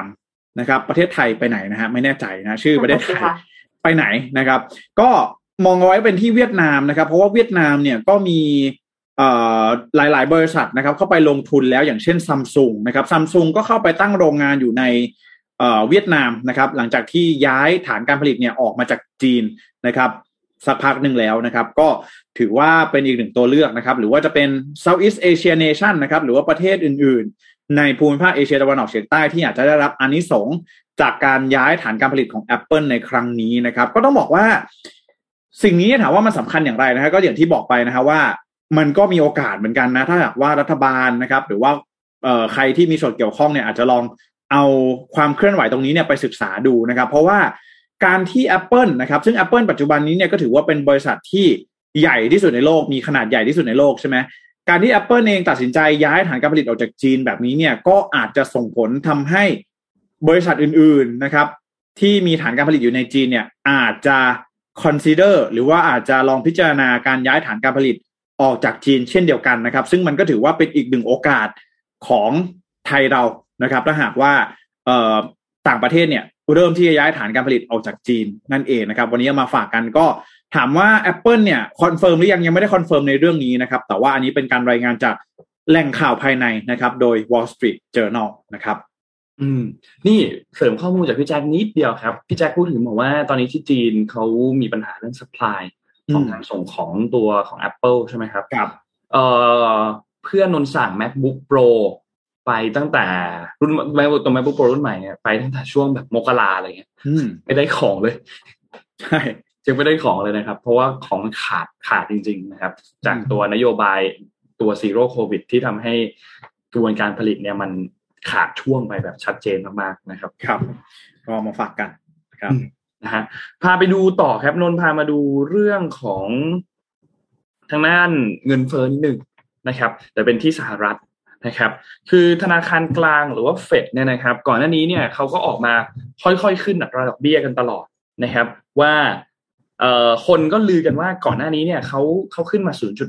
[SPEAKER 3] นะครับประเทศไทยไปไหนนะฮะไม่แน่ใจนะชื่อประเทศไทยไปไหนนะครับก็มองเอาไว้เป็นที่เวียดนามนะครับเพราะว่าเวียดนามเนี่ยก็มีหลายๆบริษัทนะครับเข้าไปลงทุนแล้วอย่างเช่น Samsung นะครับ Samsung ก็เข้าไปตั้งโรงงานอยู่ในเวียดนามนะครับหลังจากที่ย้ายฐานการผลิตเนี่ยออกมาจากจีนนะครับสักพักหนึ่งแล้วนะครับก็ถือว่าเป็นอีกหนึ่งตัวเลือกนะครับหรือว่าจะเป็น Southeast Asia Nation นะครับหรือว่าประเทศอื่นๆในภูมิภาคเอเชียตะวันออกเฉียงใต้ที่อาจจะได้รับอานิสงส์จากการย้ายฐานการผลิตของ Apple ในครั้งนี้นะครับก็ต้องบอกว่าสิ่งนี้ถามว่ามันสำคัญอย่างไรนะครับก็อย่างที่บอกไปนะครับว่ามันก็มีโอกาสเหมือนกันนะถ้าหากว่ารัฐบาลนะครับหรือว่าใครที่มีส่วนเกี่ยวข้องเนี่ยอาจจะลองเอาความเคลื่อนไหวตรงนี้เนี่ยไปศึกษาดูนะครับเพราะว่าการที่ Apple นะครับซึ่ง Apple ปัจจุบันนี้เนี่ยก็ถือว่าเป็นบริษัทที่ใหญ่ที่สุดในโลกมีขนาดใหญ่ที่สุดในโลกใช่ไหมการที่ Apple เองตัดสินใจย้ายฐานการผลิตออกจากจีนแบบนี้เนี่ยก็อาจจะส่งผลทำให้บริษัทอื่นๆนะครับที่มีฐานการผลิตอยู่ในจีนเนี่ยอาจจะ consider หรือว่าอาจจะลองพิจารณาการย้ายฐานการผลิตออกจากจีนเช่นเดียวกันนะครับซึ่งมันก็ถือว่าเป็นอีกหนึ่งโอกาสของไทยเรานะครับถ้าหากว่าต่างประเทศเนี่ยเริ่มที่จะย้ายฐานการผลิตออกจากจีนนั่นเองนะครับวันนี้มาฝากกันก็ถามว่า Apple เนี่ยคอนเฟิร์มหรือยังไม่ได้คอนเฟิร์มในเรื่องนี้นะครับแต่ว่าอันนี้เป็นการรายงานจากแหล่งข่าวภายในนะครับโดย Wall Street Journal นะครับ
[SPEAKER 2] นี่เสริมข้อมูลจากพี่แจ็คนิดเดียวครับพี่แจ็คพูดถึงบอกว่าตอนนี้ที่จีนเขามีปัญหาเรื่อง supply ของการส่งของตัวของ Apple ใช่ไหมครับ
[SPEAKER 3] ครับ
[SPEAKER 2] เพื่อนนนสั่ง MacBook Pro ไปตั้งแต่รุ่นตัว MacBook Pro รุ่นใหม่เนี่ยไปตั้งแต่ช่วงแบบมกราอะไรเงี้ยไม่ได้ของเลย
[SPEAKER 3] ใช่
[SPEAKER 2] จึงไม่ได้ของเลยนะครับเพราะว่าของมันขาดจริงๆนะครับจากตัวนโยบายตัว Zero Covid ที่ทำให้กระบวนการผลิตเนี่ยมันขาดช่วงไปแบบชัดเจนมากๆนะครับ
[SPEAKER 3] ครับก็มาฝากกันครับ
[SPEAKER 2] นะฮะพาไปดูต่อครับนนพามาดูเรื่องของทางด้านเงินเฟ้อนิดนึงนะครับแต่เป็นที่สหรัฐนะครับคือธนาคารกลางหรือว่าเฟดเนี่ยนะครับก่อนหน้านี้เนี่ยเขาก็ออกมาค่อยๆขึ้นอัตราดอกเบี้ยกันตลอดนะครับว่าคนก็ลือกันว่าก่อนหน้านี้เนี่ยเขาขึ้นมา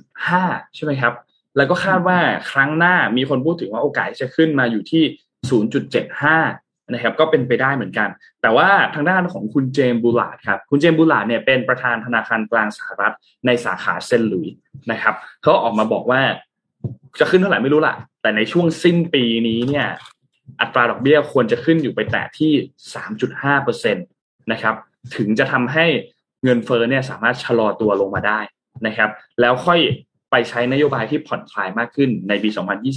[SPEAKER 2] 0.5 ใช่ไหมครับแล้วก็คาดว่าครั้งหน้ามีคนพูดถึงว่าโอกาสจะขึ้นมาอยู่ที่ 0.75 นะครับก็เป็นไปได้เหมือนกันแต่ว่าทางด้านของคุณเจมส์บูลาร์ดครับคุณเจมส์บูลาร์ดเนี่ยเป็นประธานธนาคารกลางสหรัฐในสาขาเซนต์หลุยส์นะครับเขาออกมาบอกว่าจะขึ้นเท่าไหร่ไม่รู้ล่ะแต่ในช่วงสิ้นปีนี้เนี่ยอัตราดอกเบี้ยควรจะขึ้นอยู่ไปแต่ที่ 3.5% นะครับถึงจะทำให้เงินเฟ้อเนี่ยสามารถชะลอตัวลงมาได้นะครับแล้วค่อยไปใช้นโยบายที่ผ่อนคลายมากขึ้นในปี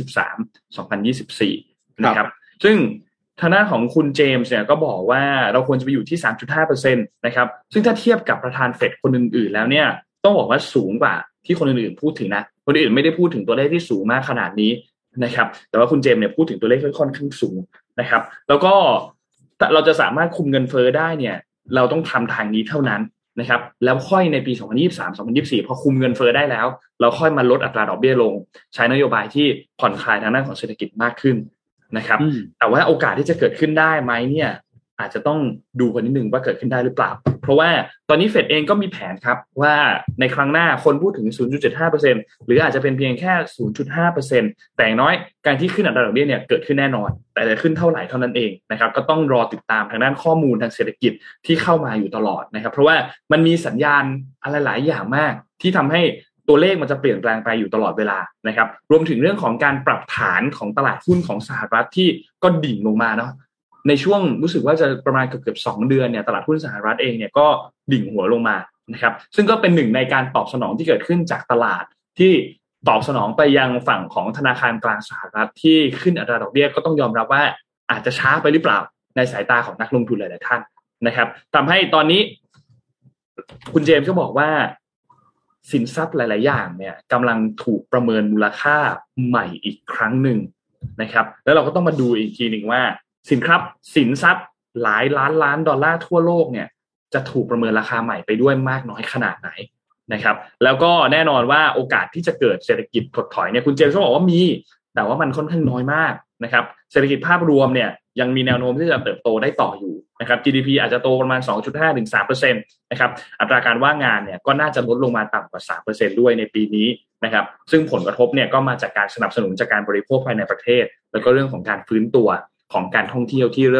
[SPEAKER 2] 2023-2024 นะครับซึ่งทางด้านของคุณเจมส์เนี่ยก็บอกว่าเราควรจะไปอยู่ที่ 3.5% นะครับซึ่งถ้าเทียบกับประธานเฟดคนอื่นๆแล้วเนี่ยต้องบอกว่าสูงกว่าที่คนอื่นๆพูดถึงนะคนอื่นไม่ได้พูดถึงตัวเลขที่สูงมากขนาดนี้นะครับแต่ว่าคุณเจมส์เนี่ยพูดถึงตัวเลขที่ค่อนข้างสูงนะครับแล้วก็เราจะสามารถคุมเงินเฟ้อได้เนี่ยเราต้องทำทางนี้เท่านั้นนะครับแล้วค่อยในปี 2023-2024 พอคุมเงินเฟ้อได้แล้วเราค่อยมาลดอัตราดอกเบี้ยลงใช้นโยบายที่ผ่อนคลายทางด้านของเศรษฐกิจมากขึ้นนะครับแต่ว่าโอกาสที่จะเกิดขึ้นได้ไหมเนี่ยอาจจะต้องดูกันนิดนึงว่าเกิดขึ้นได้หรือเปล่าเพราะว่าตอนนี้เฟดเองก็มีแผนครับว่าในครั้งหน้าคนพูดถึง 0.75% หรืออาจจะเป็นเพียงแค่ 0.5% แต่อย่างน้อยการที่ขึ้นอัตราดอกเบี้ยเนี่ยเกิดขึ้นแน่นอนแต่จะขึ้นเท่าไหร่เท่านั้นเองนะครับก็ต้องรอติดตามทางด้านข้อมูลทางเศรษฐกิจที่เข้ามาอยู่ตลอดนะครับเพราะว่ามันมีสัญญาณอะไรหลายอย่างมากที่ทำให้ตัวเลขมันจะเปลี่ยนแปลงไปอยู่ตลอดเวลานะครับรวมถึงเรื่องของการปรับฐานของตลาดหุ้นของสหรัฐที่ก็ดิ่งลงมาเนาะในช่วงรู้สึกว่าจะประมาณเกือบ2 เดือนเนี่ยตลาดหุ้นสหรัฐเองเนี่ยก็ดิ่งหัวลงมานะครับซึ่งก็เป็นหนึ่งในการตอบสนองที่เกิดขึ้นจากตลาดที่ตอบสนองไปยังฝั่งของธนาคารกลางสหรัฐที่ขึ้นอัตราดอกเบี้ยก็ต้องยอมรับว่าอาจจะช้าไปหรือเปล่าในสายตาของนักลงทุนหลายๆท่านนะครับทำให้ตอนนี้คุณเจมส์ก็บอกว่าสินทรัพย์หลายๆอย่างเนี่ยกำลังถูกประเมินมูลค่าใหม่อีกครั้งหนึ่งนะครับแล้วเราก็ต้องมาดูอีกทีหนึ่งว่าสินทรัพย์หลายล้านดอลลาร์ทั่วโลกเนี่ยจะถูกประเมินราคาใหม่ไปด้วยมากน้อยขนาดไหนนะครับแล้วก็แน่นอนว่าโอกาสที่จะเกิดเศรษฐกิจถดถอยเนี่ยคุณเจมส์ก็บอกว่ามีแต่ว่ามันค่อนข้างน้อยมากนะครับเศรษฐกิจภาพรวมเนี่ยยังมีแนวโน้มที่จะเติบโตได้ต่ออยู่นะครับ GDP อาจจะโตประมาณ 2.5 ถึง 3% นะครับอัตราการว่างงานเนี่ยก็น่าจะลดลงมาต่ำกว่า 3% ด้วยในปีนี้นะครับซึ่งผลกระทบเนี่ยก็มาจากการสนับสนุนจากการบริโภคภายในประเทศแล้วก็เรื่องของการฟื้นตัวของการท่องเที่ยวที่เริ่ม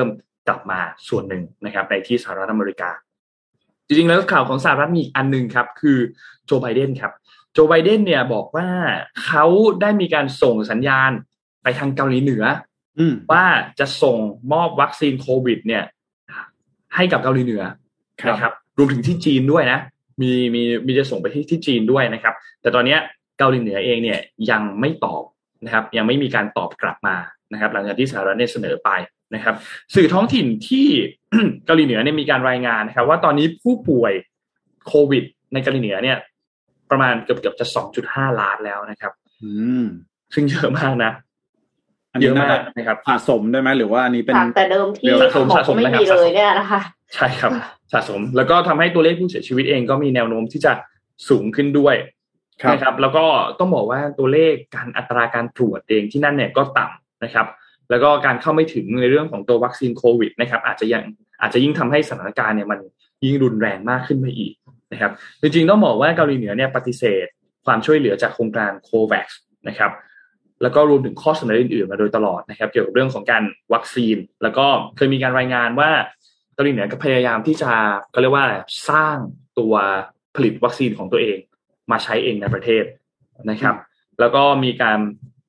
[SPEAKER 2] กลับมาส่วนหนึ่งนะครับในที่สหรัฐอเมริกาจริงๆแล้วข่าวของสหรัฐมีอีกอันนึงครับคือโจไบเดนครับโจไบเดนเนี่ยบอกว่าเขาได้มีการส่งสัญญาณไปทางเกาหลีเหนือว่าจะส่งมอบวัคซีนโควิดเนี่ยให้กับเกาหลีเหนือนะครับรวมถึงที่จีนด้วยนะมีจะส่งไปที่จีนด้วยนะครับแต่ตอนนี้เกาหลีเหนือเองเนี่ยยังไม่ตอบนะครับยังไม่มีการตอบกลับมานะครับหลังจากที่สหรัฐเนี่ยเสนอไปนะครับสื่อท้องถิ่นที่ เกาหลีเหนือเนี่ยมีการรายงานนะครับว่าตอนนี้ผู้ป่วยโควิดในเกาหลีเหนือเนี่ยประมาณเกือบจะ 2.5 ล้านแล้วนะครับซึ่งเยอะมากนะ
[SPEAKER 3] เยอะมากนะครับสะสมได้ไหมหรือว่าอันนี้เป็น
[SPEAKER 4] แต่เดิมที่สะสมไม่มีเลยเนี่ยนะคะ
[SPEAKER 2] ใช่ครับสะสมแล้วก็ทำให้ตัวเลขผู้เสียชีวิตเองก็มีแนวโน้มที่จะสูงขึ้นด้วยนะครับแล้วก็ต้องบอกว่าตัวเลขการอัตราการตรวจเองที่นั่นเนี่ยก็ต่ำนะครับแล้วก็การเข้าไม่ถึงในเรื่องของตัววัคซีนโควิดนะครับอาจจะยิ่งทำให้สถานการณ์เนี่ยมันยิ่งรุนแรงมากขึ้นไปอีกนะครับจริงๆต้องบอกว่าเกาหลีเหนือเนี่ยปฏิเสธความช่วยเหลือจากโครงการโควัคซ์นะครับแล้วก็รวมถึงข้อเสนออื่นๆมาโดยตลอดนะครับเกี่ยวกับเรื่องของการวัคซีนแล้วก็เคยมีการรายงานว่าเกาหลีเหนือก็พยายามที่จะก็เรียกว่าสร้างตัวผลิตวัคซีนของตัวเองมาใช้เองในประเทศนะครับแล้วก็มีการ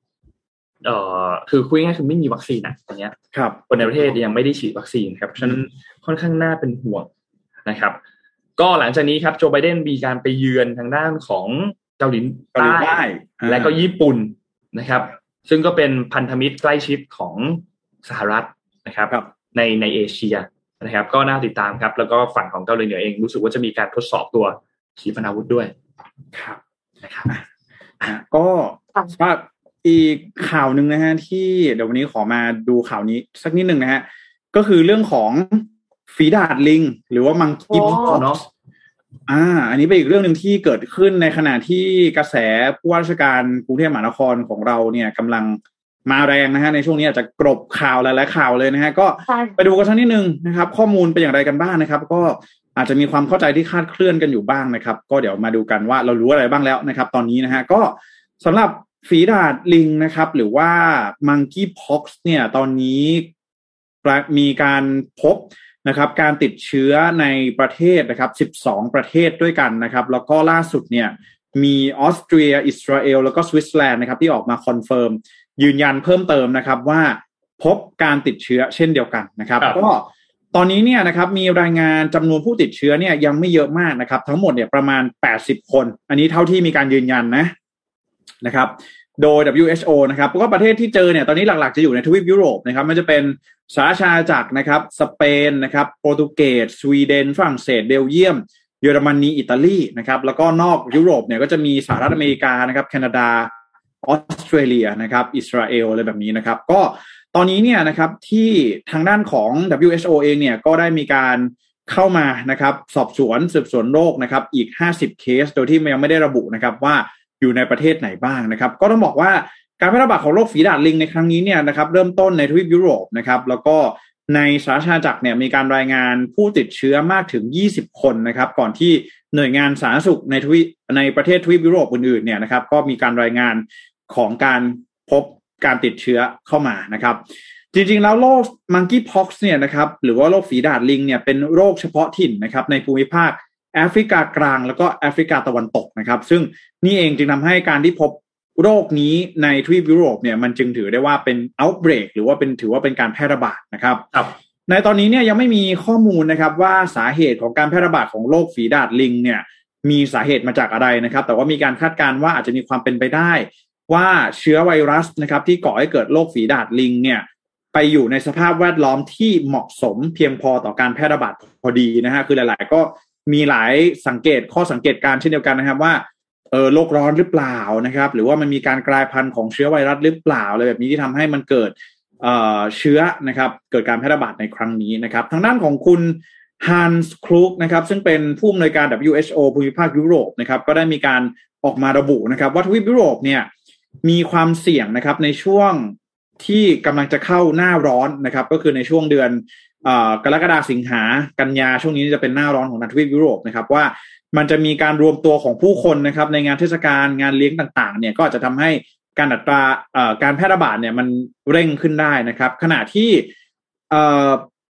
[SPEAKER 2] คือคุยง่ายคือไม่มีวัคซีนอย่างเงี้ยคนในประเทศยังไม่ได้ฉีดวัคซีนครับฉะนั้นค่อนข้างน่าเป็นห่วงนะครับก็หลังจากนี้ครับโจไบเดนมีการไปเยือนทางด้านของเกาหลีใต้และก็ญี่ปุ่นนะครับซึ่งก็เป็นพันธมิตรใกล้ชิดของสหรัฐนะครับในเอเชียนะครับก็น่าติดตามครับแล้วก็ฝั่งของเกาหลีเหนือเองรู้สึกว่าจะมีการทดสอบตัวขีปนาวุธด้วย
[SPEAKER 3] ครับนะครับก็ว่าอีกข่าวนึงนะฮะที่เดี๋ยววันนี้ขอมาดูข่าวนี้สักนิดนึงนะฮะก็คือเรื่องของฝีดาษลิงหรือว่ามังคีพ็อกซ์เนาะอันนี้เป็นอีกเรื่องนึงที่เกิดขึ้นในขณะที่กระแสผู้ว่าราชการกรุงเทพมหานครของเราเนี่ยกำลังมาแรงนะฮะในช่วงนี้อาจจะกลบข่าวหลายๆข่าวเลยนะฮะก็ไปดูกันสักนิดนึงนะครับข้อมูลเป็นอย่างไรกันบ้างนะครับก็อาจจะมีความเข้าใจที่คลาดเคลื่อนกันอยู่บ้างนะครับก็เดี๋ยวมาดูกันว่าเรารู้อะไรบ้างแล้วนะครับตอนนี้นะฮะก็สำหรับฝีดาษลิงนะครับหรือว่า Monkeypox เนี่ยตอนนี้มีการพบนะครับการติดเชื้อในประเทศนะครับ12ประเทศด้วยกันนะครับแล้วก็ล่าสุดเนี่ยมีออสเตรียอิสราเอลแล้วก็สวิตเซอร์แลนด์นะครับที่ออกมาคอนเฟิร์มยืนยันเพิ่มเติมนะครับว่าพบการติดเชื้อเช่นเดียวกันนะครับก็ตอนนี้เนี่ยนะครับมีรายงานจำนวนผู้ติดเชื้อเนี่ยยังไม่เยอะมากนะครับทั้งหมดเนี่ยประมาณ80คนอันนี้เท่าที่มีการยืนยันนะครับโดย WHO นะครับก็ประเทศที่เจอเนี่ยตอนนี้หลักๆจะอยู่ในทวีปยุโรปนะครับมันจะเป็นสหราชอาณาจักรนะครับสเปนนะครับโปรตุเกสสวีเดนฝรั่งเศสเบลเยียมเยอรมนีอิตาลีนะครับแล้วก็นอกยุโรปเนี่ยก็จะมีสหรัฐอเมริกานะครับแคนาดาออสเตรเลียนะครับอิสราเอลอะไรแบบนี้นะครับก็ตอนนี้เนี่ยนะครับที่ทางด้านของ WHO เองเนี่ยก็ได้มีการเข้ามานะครับสอบสวนสืบสวนโรคนะครับอีก50เคสโดยที่ยังไม่ได้ระบุนะครับว่าอยู่ในประเทศไหนบ้างนะครับก็ต้องบอกว่าการแพร่ระบาดของโรคฝีดาษลิงในครั้งนี้เนี่ยนะครับเริ่มต้นในทวีปยุโรปนะครับแล้วก็ในสหราชอาณาจักรเนี่ยมีการรายงานผู้ติดเชื้อมากถึง20คนนะครับก่อนที่หน่วยงานสาธารณสุขในประเทศทวีปยุโรปอื่นๆเนี่ยนะครับก็มีการรายงานของการพบการติดเชื้อเข้ามานะครับจริงๆแล้วโรค Monkeypox เนี่ยนะครับหรือว่าโรคฝีดาษลิงเนี่ยเป็นโรคเฉพาะถิ่นนะครับในภูมิภาคแอฟริกากลางแล้วก็แอฟริกาตะวันตกนะครับซึ่งนี่เองจึงทำให้การที่พบโรคนี้ในทวีปยุโรปเนี่ยมันจึงถือได้ว่าเป็น outbreak หรือว่าถือว่าเป็นการแพร่ระบาดนะครับในตอนนี้เนี่ยยังไม่มีข้อมูลนะครับว่าสาเหตุของการแพร่ระบาดของโรคฝีดาษลิงเนี่ยมีสาเหตุมาจากอะไรนะครับแต่ว่ามีการคาดการณ์ว่าอาจจะมีความเป็นไปได้ว่าเชื้อไวรัสนะครับที่ก่อให้เกิดโรคฝีดาษลิงเนี่ยไปอยู่ในสภาพแวดล้อมที่เหมาะสมเพียงพอต่อการแพร่ระบาดพอดีนะฮะคือหลายๆก็มีหลายข้อสังเกตการเช่นเดียวกันนะครับว่าโลกร้อนหรือเปล่านะครับหรือว่ามันมีการกลายพันธุ์ของเชื้อไวรัสหรือเปล่าอะไรแบบนี้ที่ทำให้มันเกิดเชื้อนะครับเกิดการแพร่ระบาดในครั้งนี้นะครับทางด้านของคุณฮันส์คลูกนะครับซึ่งเป็นผู้อำนวยการ WHO ภูมิภาคยุโรปนะครับก็ได้มีการออกมาระบุนะครับว่าทวีปยุโรปเนี่ยมีความเสี่ยงนะครับในช่วงที่กำลังจะเข้าหน้าร้อนนะครับก็คือในช่วงเดือนกรกฎาคมสิงหากันยาช่วงนี้จะเป็นหน้าร้อนของทวีปยุโรปนะครับว่ามันจะมีการรวมตัวของผู้คนนะครับในงานเทศกาลงานเลี้ยงต่างๆเนี่ยก็อาจจะทำให้การอัตราการแพร่ระบาดเนี่ยมันเร่งขึ้นได้นะครับขณะที่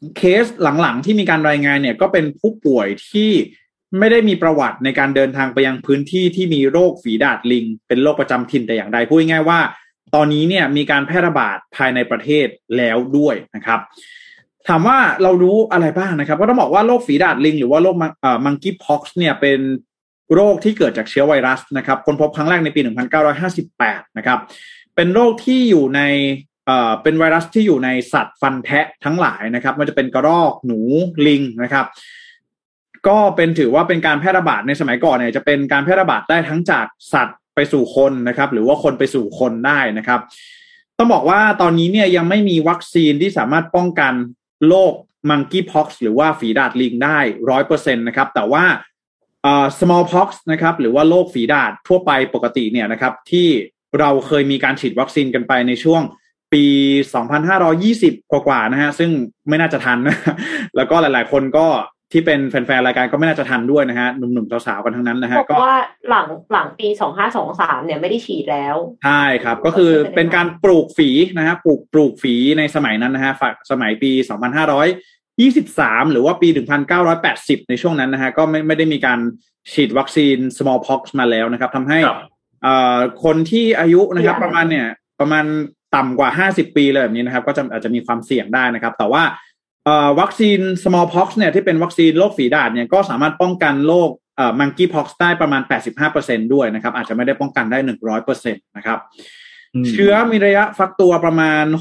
[SPEAKER 3] เคสหลังๆที่มีการรายงานเนี่ยก็เป็นผู้ป่วยที่ไม่ได้มีประวัติในการเดินทางไปยังพื้นที่ที่มีโรคฝีดาษลิงเป็นโรคประจำถิ่นแต่อย่างใดพูดง่ายๆว่าตอนนี้เนี่ยมีการแพร่ระบาดภายในประเทศแล้วด้วยนะครับถามว่าเรารู้อะไรบ้างนะครับก็ต้องบอกว่าโรคฝีดาษลิงหรือว่าโรคมังกี้พ็อกซ์เนี่ยเป็นโรคที่เกิดจากเชื้อไวรัสนะครับค้นพบครั้งแรกในปี 1958 นะครับเป็นโรคที่อยู่ในเป็นไวรัสที่อยู่ในสัตว์ฟันแทะทั้งหลายนะครับมันจะเป็นกระรอกหนูลิงนะครับก็เป็นถือว่าเป็นการแพร่ระบาดในสมัยก่อนเนี่ยจะเป็นการแพร่ระบาดได้ทั้งจากสัตว์ไปสู่คนนะครับหรือว่าคนไปสู่คนได้นะครับต้องบอกว่าตอนนี้เนี่ยยังไม่มีวัคซีนที่สามารถป้องกันโรคมังกี้พ็อกซ์หรือว่าฝีดาษลิงได้ 100% นะครับแต่ว่าsmallpox นะครับหรือว่าโรคฝีดาษทั่วไปปกติเนี่ยนะครับที่เราเคยมีการฉีดวัคซีนกันไปในช่วงปี 2520 กว่าๆนะฮะซึ่งไม่น่าจะทันนะแล้วก็หลายๆคนก็ที่เป็นแฟนๆรายการก็ไม่น่าจะทันด้วยนะฮะหนุ่มๆสาวๆกันทั้งนั้นนะฮะ
[SPEAKER 4] ก็ว่าหลังปี 2523 เนี่ยไม่ได้ฉีดแล้ว
[SPEAKER 3] ใช่ครับก็คือเป็นการปลูกฝีนะฮะปลูกฝีในสมัยนั้นนะฮะสมัยปี 2523 หรือว่าปี 1980 ในช่วงนั้นนะฮะก็ไม่ได้มีการฉีดวัคซีน smallpox มาแล้วนะครับทำให้คนที่อายุนะครับประมาณต่ำกว่า50ปีเลยแบบนี้นะครับก็อาจจะมีความเสี่ยงได้นะครับแต่ว่าวัคซีน smallpox เนี่ยที่เป็นวัคซีนโรคฝีดาษเนี่ยก็สามารถป้องกันโรคmonkeypox ได้ประมาณ 85% ด้วยนะครับอาจจะไม่ได้ป้องกันได้ 100% นะครับเชื้อมีระยะฟักตัวประมาณ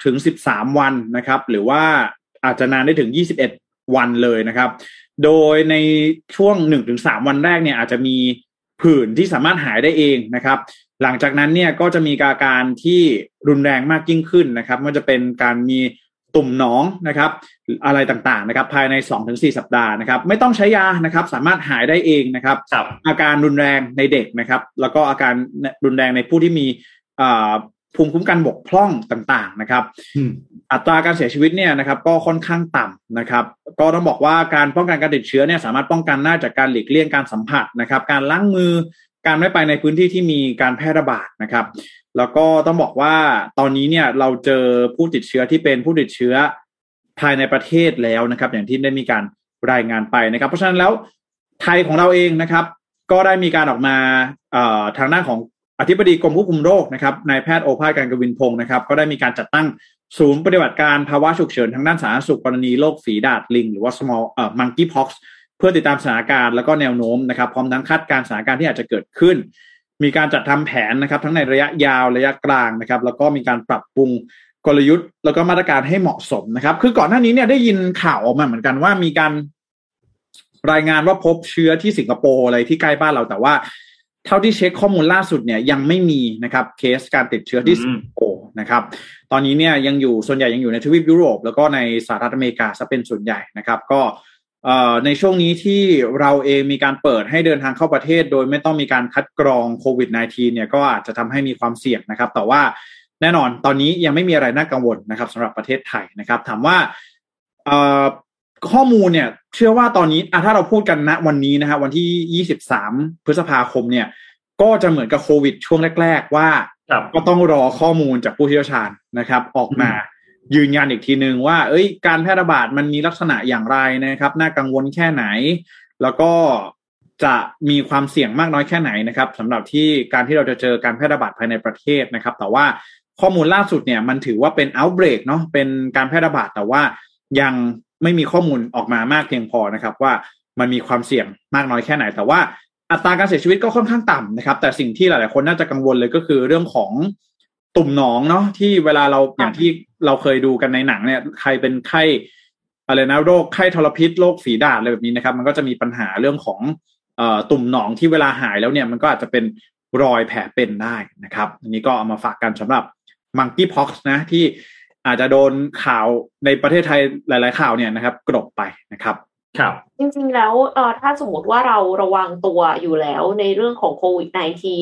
[SPEAKER 3] 6-13 วันนะครับหรือว่าอาจจะนานได้ถึง21วันเลยนะครับโดยในช่วง 1-3 วันแรกเนี่ยอาจจะมีผื่นที่สามารถหายได้เองนะครับหลังจากนั้นเนี่ยก็จะมีอาการที่รุนแรงมากยิ่งขึ้นนะครับมันจะเป็นการมีตุ่มหนองนะครับอะไรต่างๆนะครับภายใน 2-4 สัปดาห์นะครับไม่ต้องใช้ยานะครับสามารถหายได้เองนะครับอาการรุนแรงในเด็กนะครับแล้วก็อาการรุนแรงในผู้ที่มีภูมิคุ้มกันบกพร่องต่างๆนะครับอัตราการเสียชีวิตเนี่ยนะครับก็ค่อนข้างต่ำนะครับก็ต้องบอกว่าการป้องกันการติดเชื้อเนี่ยสามารถป้องกันได้จากการหลีกเลี่ยงการสัมผัสนะครับการล้างมือการไม่ไปในพื้นที่ที่มีการแพร่ระบาดนะครับแล้วก็ต้องบอกว่าตอนนี้เนี่ยเราเจอผู้ติดเชื้อที่เป็นผู้ติดเชื้อภายในประเทศแล้วนะครับอย่างที่ได้มีการรายงานไปนะครับเพราะฉะนั้นแล้วไทยของเราเองนะครับก็ได้มีการออกมาทางด้านของอธิบดีกรมควบคุมโรคนะครับนายแพทย์โอภาส การกวินพงศ์นะครับก็ได้มีการจัดตั้งศูนย์ปฏิบัติการภาวะฉุกเฉินทางด้านสาธารณสุขกรณีโรคฝีดาษลิงหรือว่า monkeypox เพื่อติดตามสถานการณ์แล้วก็แนวโน้มนะครับพร้อมทั้งคาดการณ์สถานการณ์ที่อาจจะเกิดขึ้นมีการจัดทำแผนนะครับทั้งในระยะยาวระยะกลางนะครับแล้วก็มีการปรับปรุงกลยุทธ์แล้วก็มาตรการให้เหมาะสมนะครับคือก่อนหน้านี้เนี่ยได้ยินข่าวออกมาเหมือนกันว่ามีการรายงานว่าพบเชื้อที่สิงคโปร์อะไรที่ใกล้บ้านเราแต่ว่าเท่าที่เช็คข้อมูลล่าสุดเนี่ยยังไม่มีนะครับเคสการติดเชื้อที่สิงคโปร์นะครับตอนนี้เนี่ยยังอยู่ส่วนใหญ่ยังอยู่ในทวีปยุโรปแล้วก็ในสหรัฐอเมริกาซะเป็นส่วนใหญ่นะครับก็ในช่วงนี้ที่เราเองมีการเปิดให้เดินทางเข้าประเทศโดยไม่ต้องมีการคัดกรองโควิด -19 เนี่ยก็อาจจะทำให้มีความเสี่ยงนะครับแต่ว่าแน่นอนตอนนี้ยังไม่มีอะไรน่ากังวลนะครับสำหรับประเทศไทยนะครับถามว่าข้อมูลเนี่ยเชื่อว่าตอนนี้ถ้าเราพูดกันณวันนี้นะฮะวันที่23พฤษภาคมเนี่ยก็จะเหมือนกับโควิดช่วงแรกๆว่าก็ต้องรอข้อมูลจากผู้เชี่ยวชาญนะครับออกมายืนยันอีกทีนึงว่าการแพร่ระบาดมันมีลักษณะอย่างไรนะครับน่ากังวลแค่ไหนแล้วก็จะมีความเสี่ยงมากน้อยแค่ไหนนะครับสำหรับที่การที่เราจะเจอการแพร่ระบาดภายในประเทศนะครับแต่ว่าข้อมูลล่าสุดเนี่ยมันถือว่าเป็น outbreak เนาะเป็นการแพร่ระบาดแต่ว่ายังไม่มีข้อมูลออกมามากเพียงพอนะครับว่ามันมีความเสี่ยงมากน้อยแค่ไหนแต่ว่าอัตราการเสียชีวิตก็ค่อนข้างต่ำนะครับแต่สิ่งที่หลายๆคนน่าจะกังวลเลยก็คือเรื่องของตุ่มหนองเนาะที่เวลาเราอย่างที่เราเคยดูกันในหนังเนี่ยใครเป็นไข้อะไรนะโรคไข้ทรพิษโรคฝีดาษอะไรแบบนี้นะครับมันก็จะมีปัญหาเรื่องของตุ่มหนองที่เวลาหายแล้วเนี่ยมันก็อาจจะเป็นรอยแผลเป็นได้นะครับอันนี้ก็เอามาฝากกันสำหรับ monkeypox นะที่อาจจะโดนข่าวในประเทศไทยหลายๆข่าวเนี่ยนะครับกลบไปนะครับ
[SPEAKER 2] ครับ
[SPEAKER 4] จริงๆแล้วถ้าสมมติว่าเราระวังตัวอยู่แล้วในเรื่องของโควิด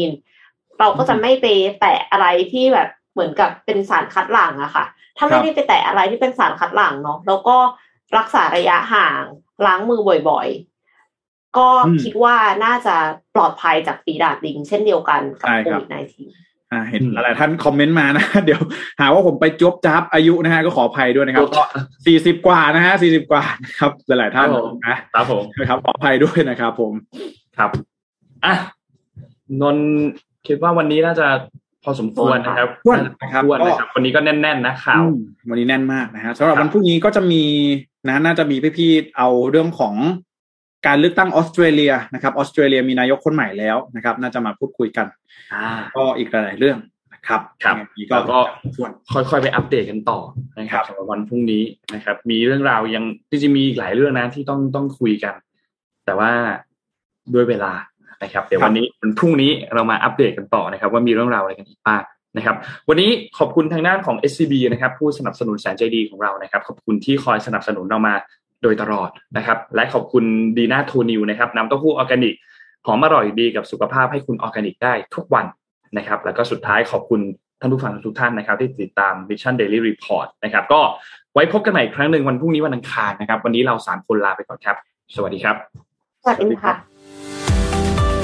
[SPEAKER 4] -19 เราก็จะไม่ไปแตะอะไรที่แบบเหมือนกับเป็นสารคัดหลั่งอะค่ะถ้าไม่ได้ไปแตะอะไรที่เป็นสารคัดหลั่งเนาะแล้วก็รักษาระยะห่างล้างมือบ่อยๆก็คิดว่าน่าจะปลอดภัยจากฝีดาษลิงเช่นเดียวกันกับโควิด -19
[SPEAKER 3] เห็นหลายท่านคอมเมนต์มานะเดี๋ยวหาว่าผมไปจบจับอายุนะฮะก็ขออภัยด้วยนะครับก็40กว่านะฮะ40กว่านะครับหลายท่าน
[SPEAKER 2] นะครับผม
[SPEAKER 3] นะครับขออภัยด้วยนะครับผม
[SPEAKER 2] ครับนนคิดว่าวันนี้น่าจะพอสมควรนะครับวันนี้ก็แน่นๆนะข่าว
[SPEAKER 3] วันนี้แน่นมากนะฮะสำหรับวันพรุ่งนี้ก็จะมีน่าจะมีพี่ๆเอาเรื่องของการเลือกตั้งออสเตรเลียนะครับออสเตรเลียมีนายกคนใหม่แล้วนะครับน่าจะมาพูดคุยกันก็อีกหลายๆเรื่องนะครับ
[SPEAKER 2] นี่ก็ค่อยๆไปอัปเดตกันต่อนะครับสำหรับวันพรุ่งนี้นะครับมีเรื่องราวยังจริงๆมีหลายเรื่องนะที่ต้องคุยกันแต่ว่าด้วยเวลานะครับเดี๋ยววันพรุ่งนี้เรามาอัปเดตกันต่อนะครับว่ามีเรื่องราวอะไรกันอีกบ้างนะครับวันนี้ขอบคุณทางด้านของ SCB นะครับผู้สนับสนุนแสนใจดีของเรานะครับขอบคุณที่คอยสนับสนุนเรามาโดยตลอดนะครับและขอบคุณดีน่าทูนิวนะครับน้ำเต้าหู้ออร์แกนิกหอมอร่อยดีกับสุขภาพให้คุณออร์แกนิกได้ทุกวันนะครับแล้วก็สุดท้ายขอบคุณท่านผู้ฟังทุกท่านนะครับที่ติดตาม Mission Daily Report นะครับก็ไว้พบกันใหม่อีกครั้งนึงวันพรุ่งนี้วันอังคารนะครับวันนี้เรา3คนลาไปก่อนครับสวัสดีครับ
[SPEAKER 4] สวัสดีค่ะ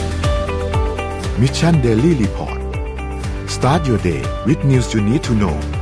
[SPEAKER 1] Mission Daily Report Start your day with news you need to know